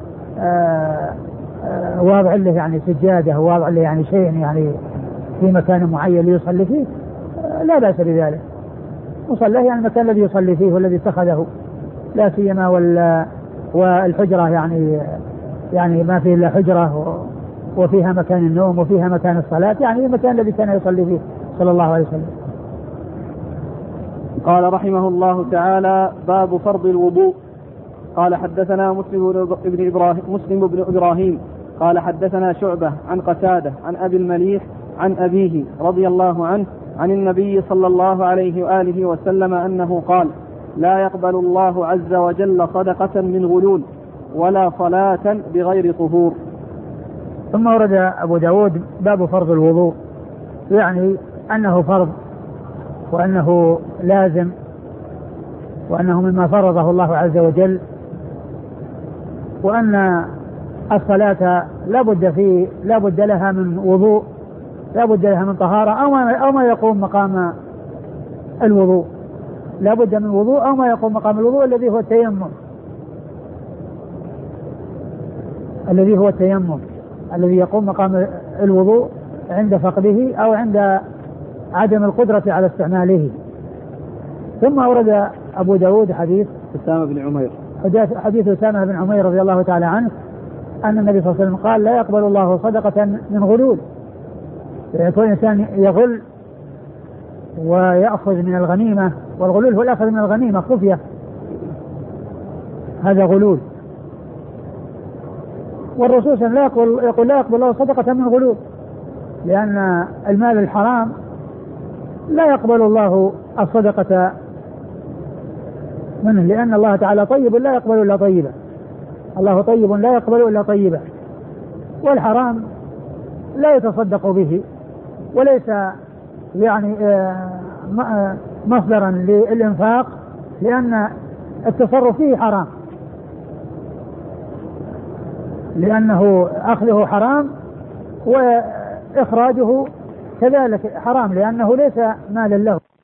Speaker 2: واضع له يعني سجادة واضع له يعني شيء يعني في مكان معين ليصلي فيه لا بأس بذلك. مصلاه يعني المكان الذي يصلي فيه والذي اتخذه، لا سيما والحجرة يعني ما فيه إلا حجرة وفيها مكان النوم وفيها مكان الصلاة، يعني المكان الذي كان يصلي فيه صلى الله عليه وسلم.
Speaker 1: قال رحمه الله تعالى: باب فرض الوضوء. قال حدثنا مسلم بن إبراهيم قال حدثنا شعبة عن قتادة عن أبي المليح عن أبيه رضي الله عنه عن النبي صلى الله عليه وآله وسلم أنه قال: لا يقبل الله عز وجل صدقة من غلول ولا صلاة بغير طهور.
Speaker 2: ثم ورد أبو داود باب فرض الوضوء، يعني أنه فرض وأنه لازم وأنه مما فرضه الله عز وجل، وأن الصلاة لا بد لها من وضوء، لا بد لها من طهارة أو ما يقوم مقام الوضوء، لا بد من وضوء أو ما يقوم مقام الوضوء الذي هو التيمم الذي يقوم مقام الوضوء عند فقده أو عند عدم القدرة على استعماله. ثم أورد أبو داود حديث أسامة بن عمير رضي الله تعالى عنه أن النبي صلى الله عليه وسلم قال: لا يقبل الله صدقة من غلول. يكون الإنسان يغل ويأخذ من الغنيمة، والغلول هو الأخذ من الغنيمة خفية، هذا غلول. والرسول صلى الله عليه وسلم يقول: لا يقبل الله صدقة من غلول، لأن المال الحرام لا يقبل الله الصدقة منه، لأن الله تعالى طيب لا يقبل إلا طيبا، الله طيب لا يقبل إلا طيبا، والحرام لا يتصدق به وليس يعني مصدرا للإنفاق، لأن التصرف فيه حرام، لأنه أخذه حرام وإخراجه كذلك حرام، لأنه ليس مالا له.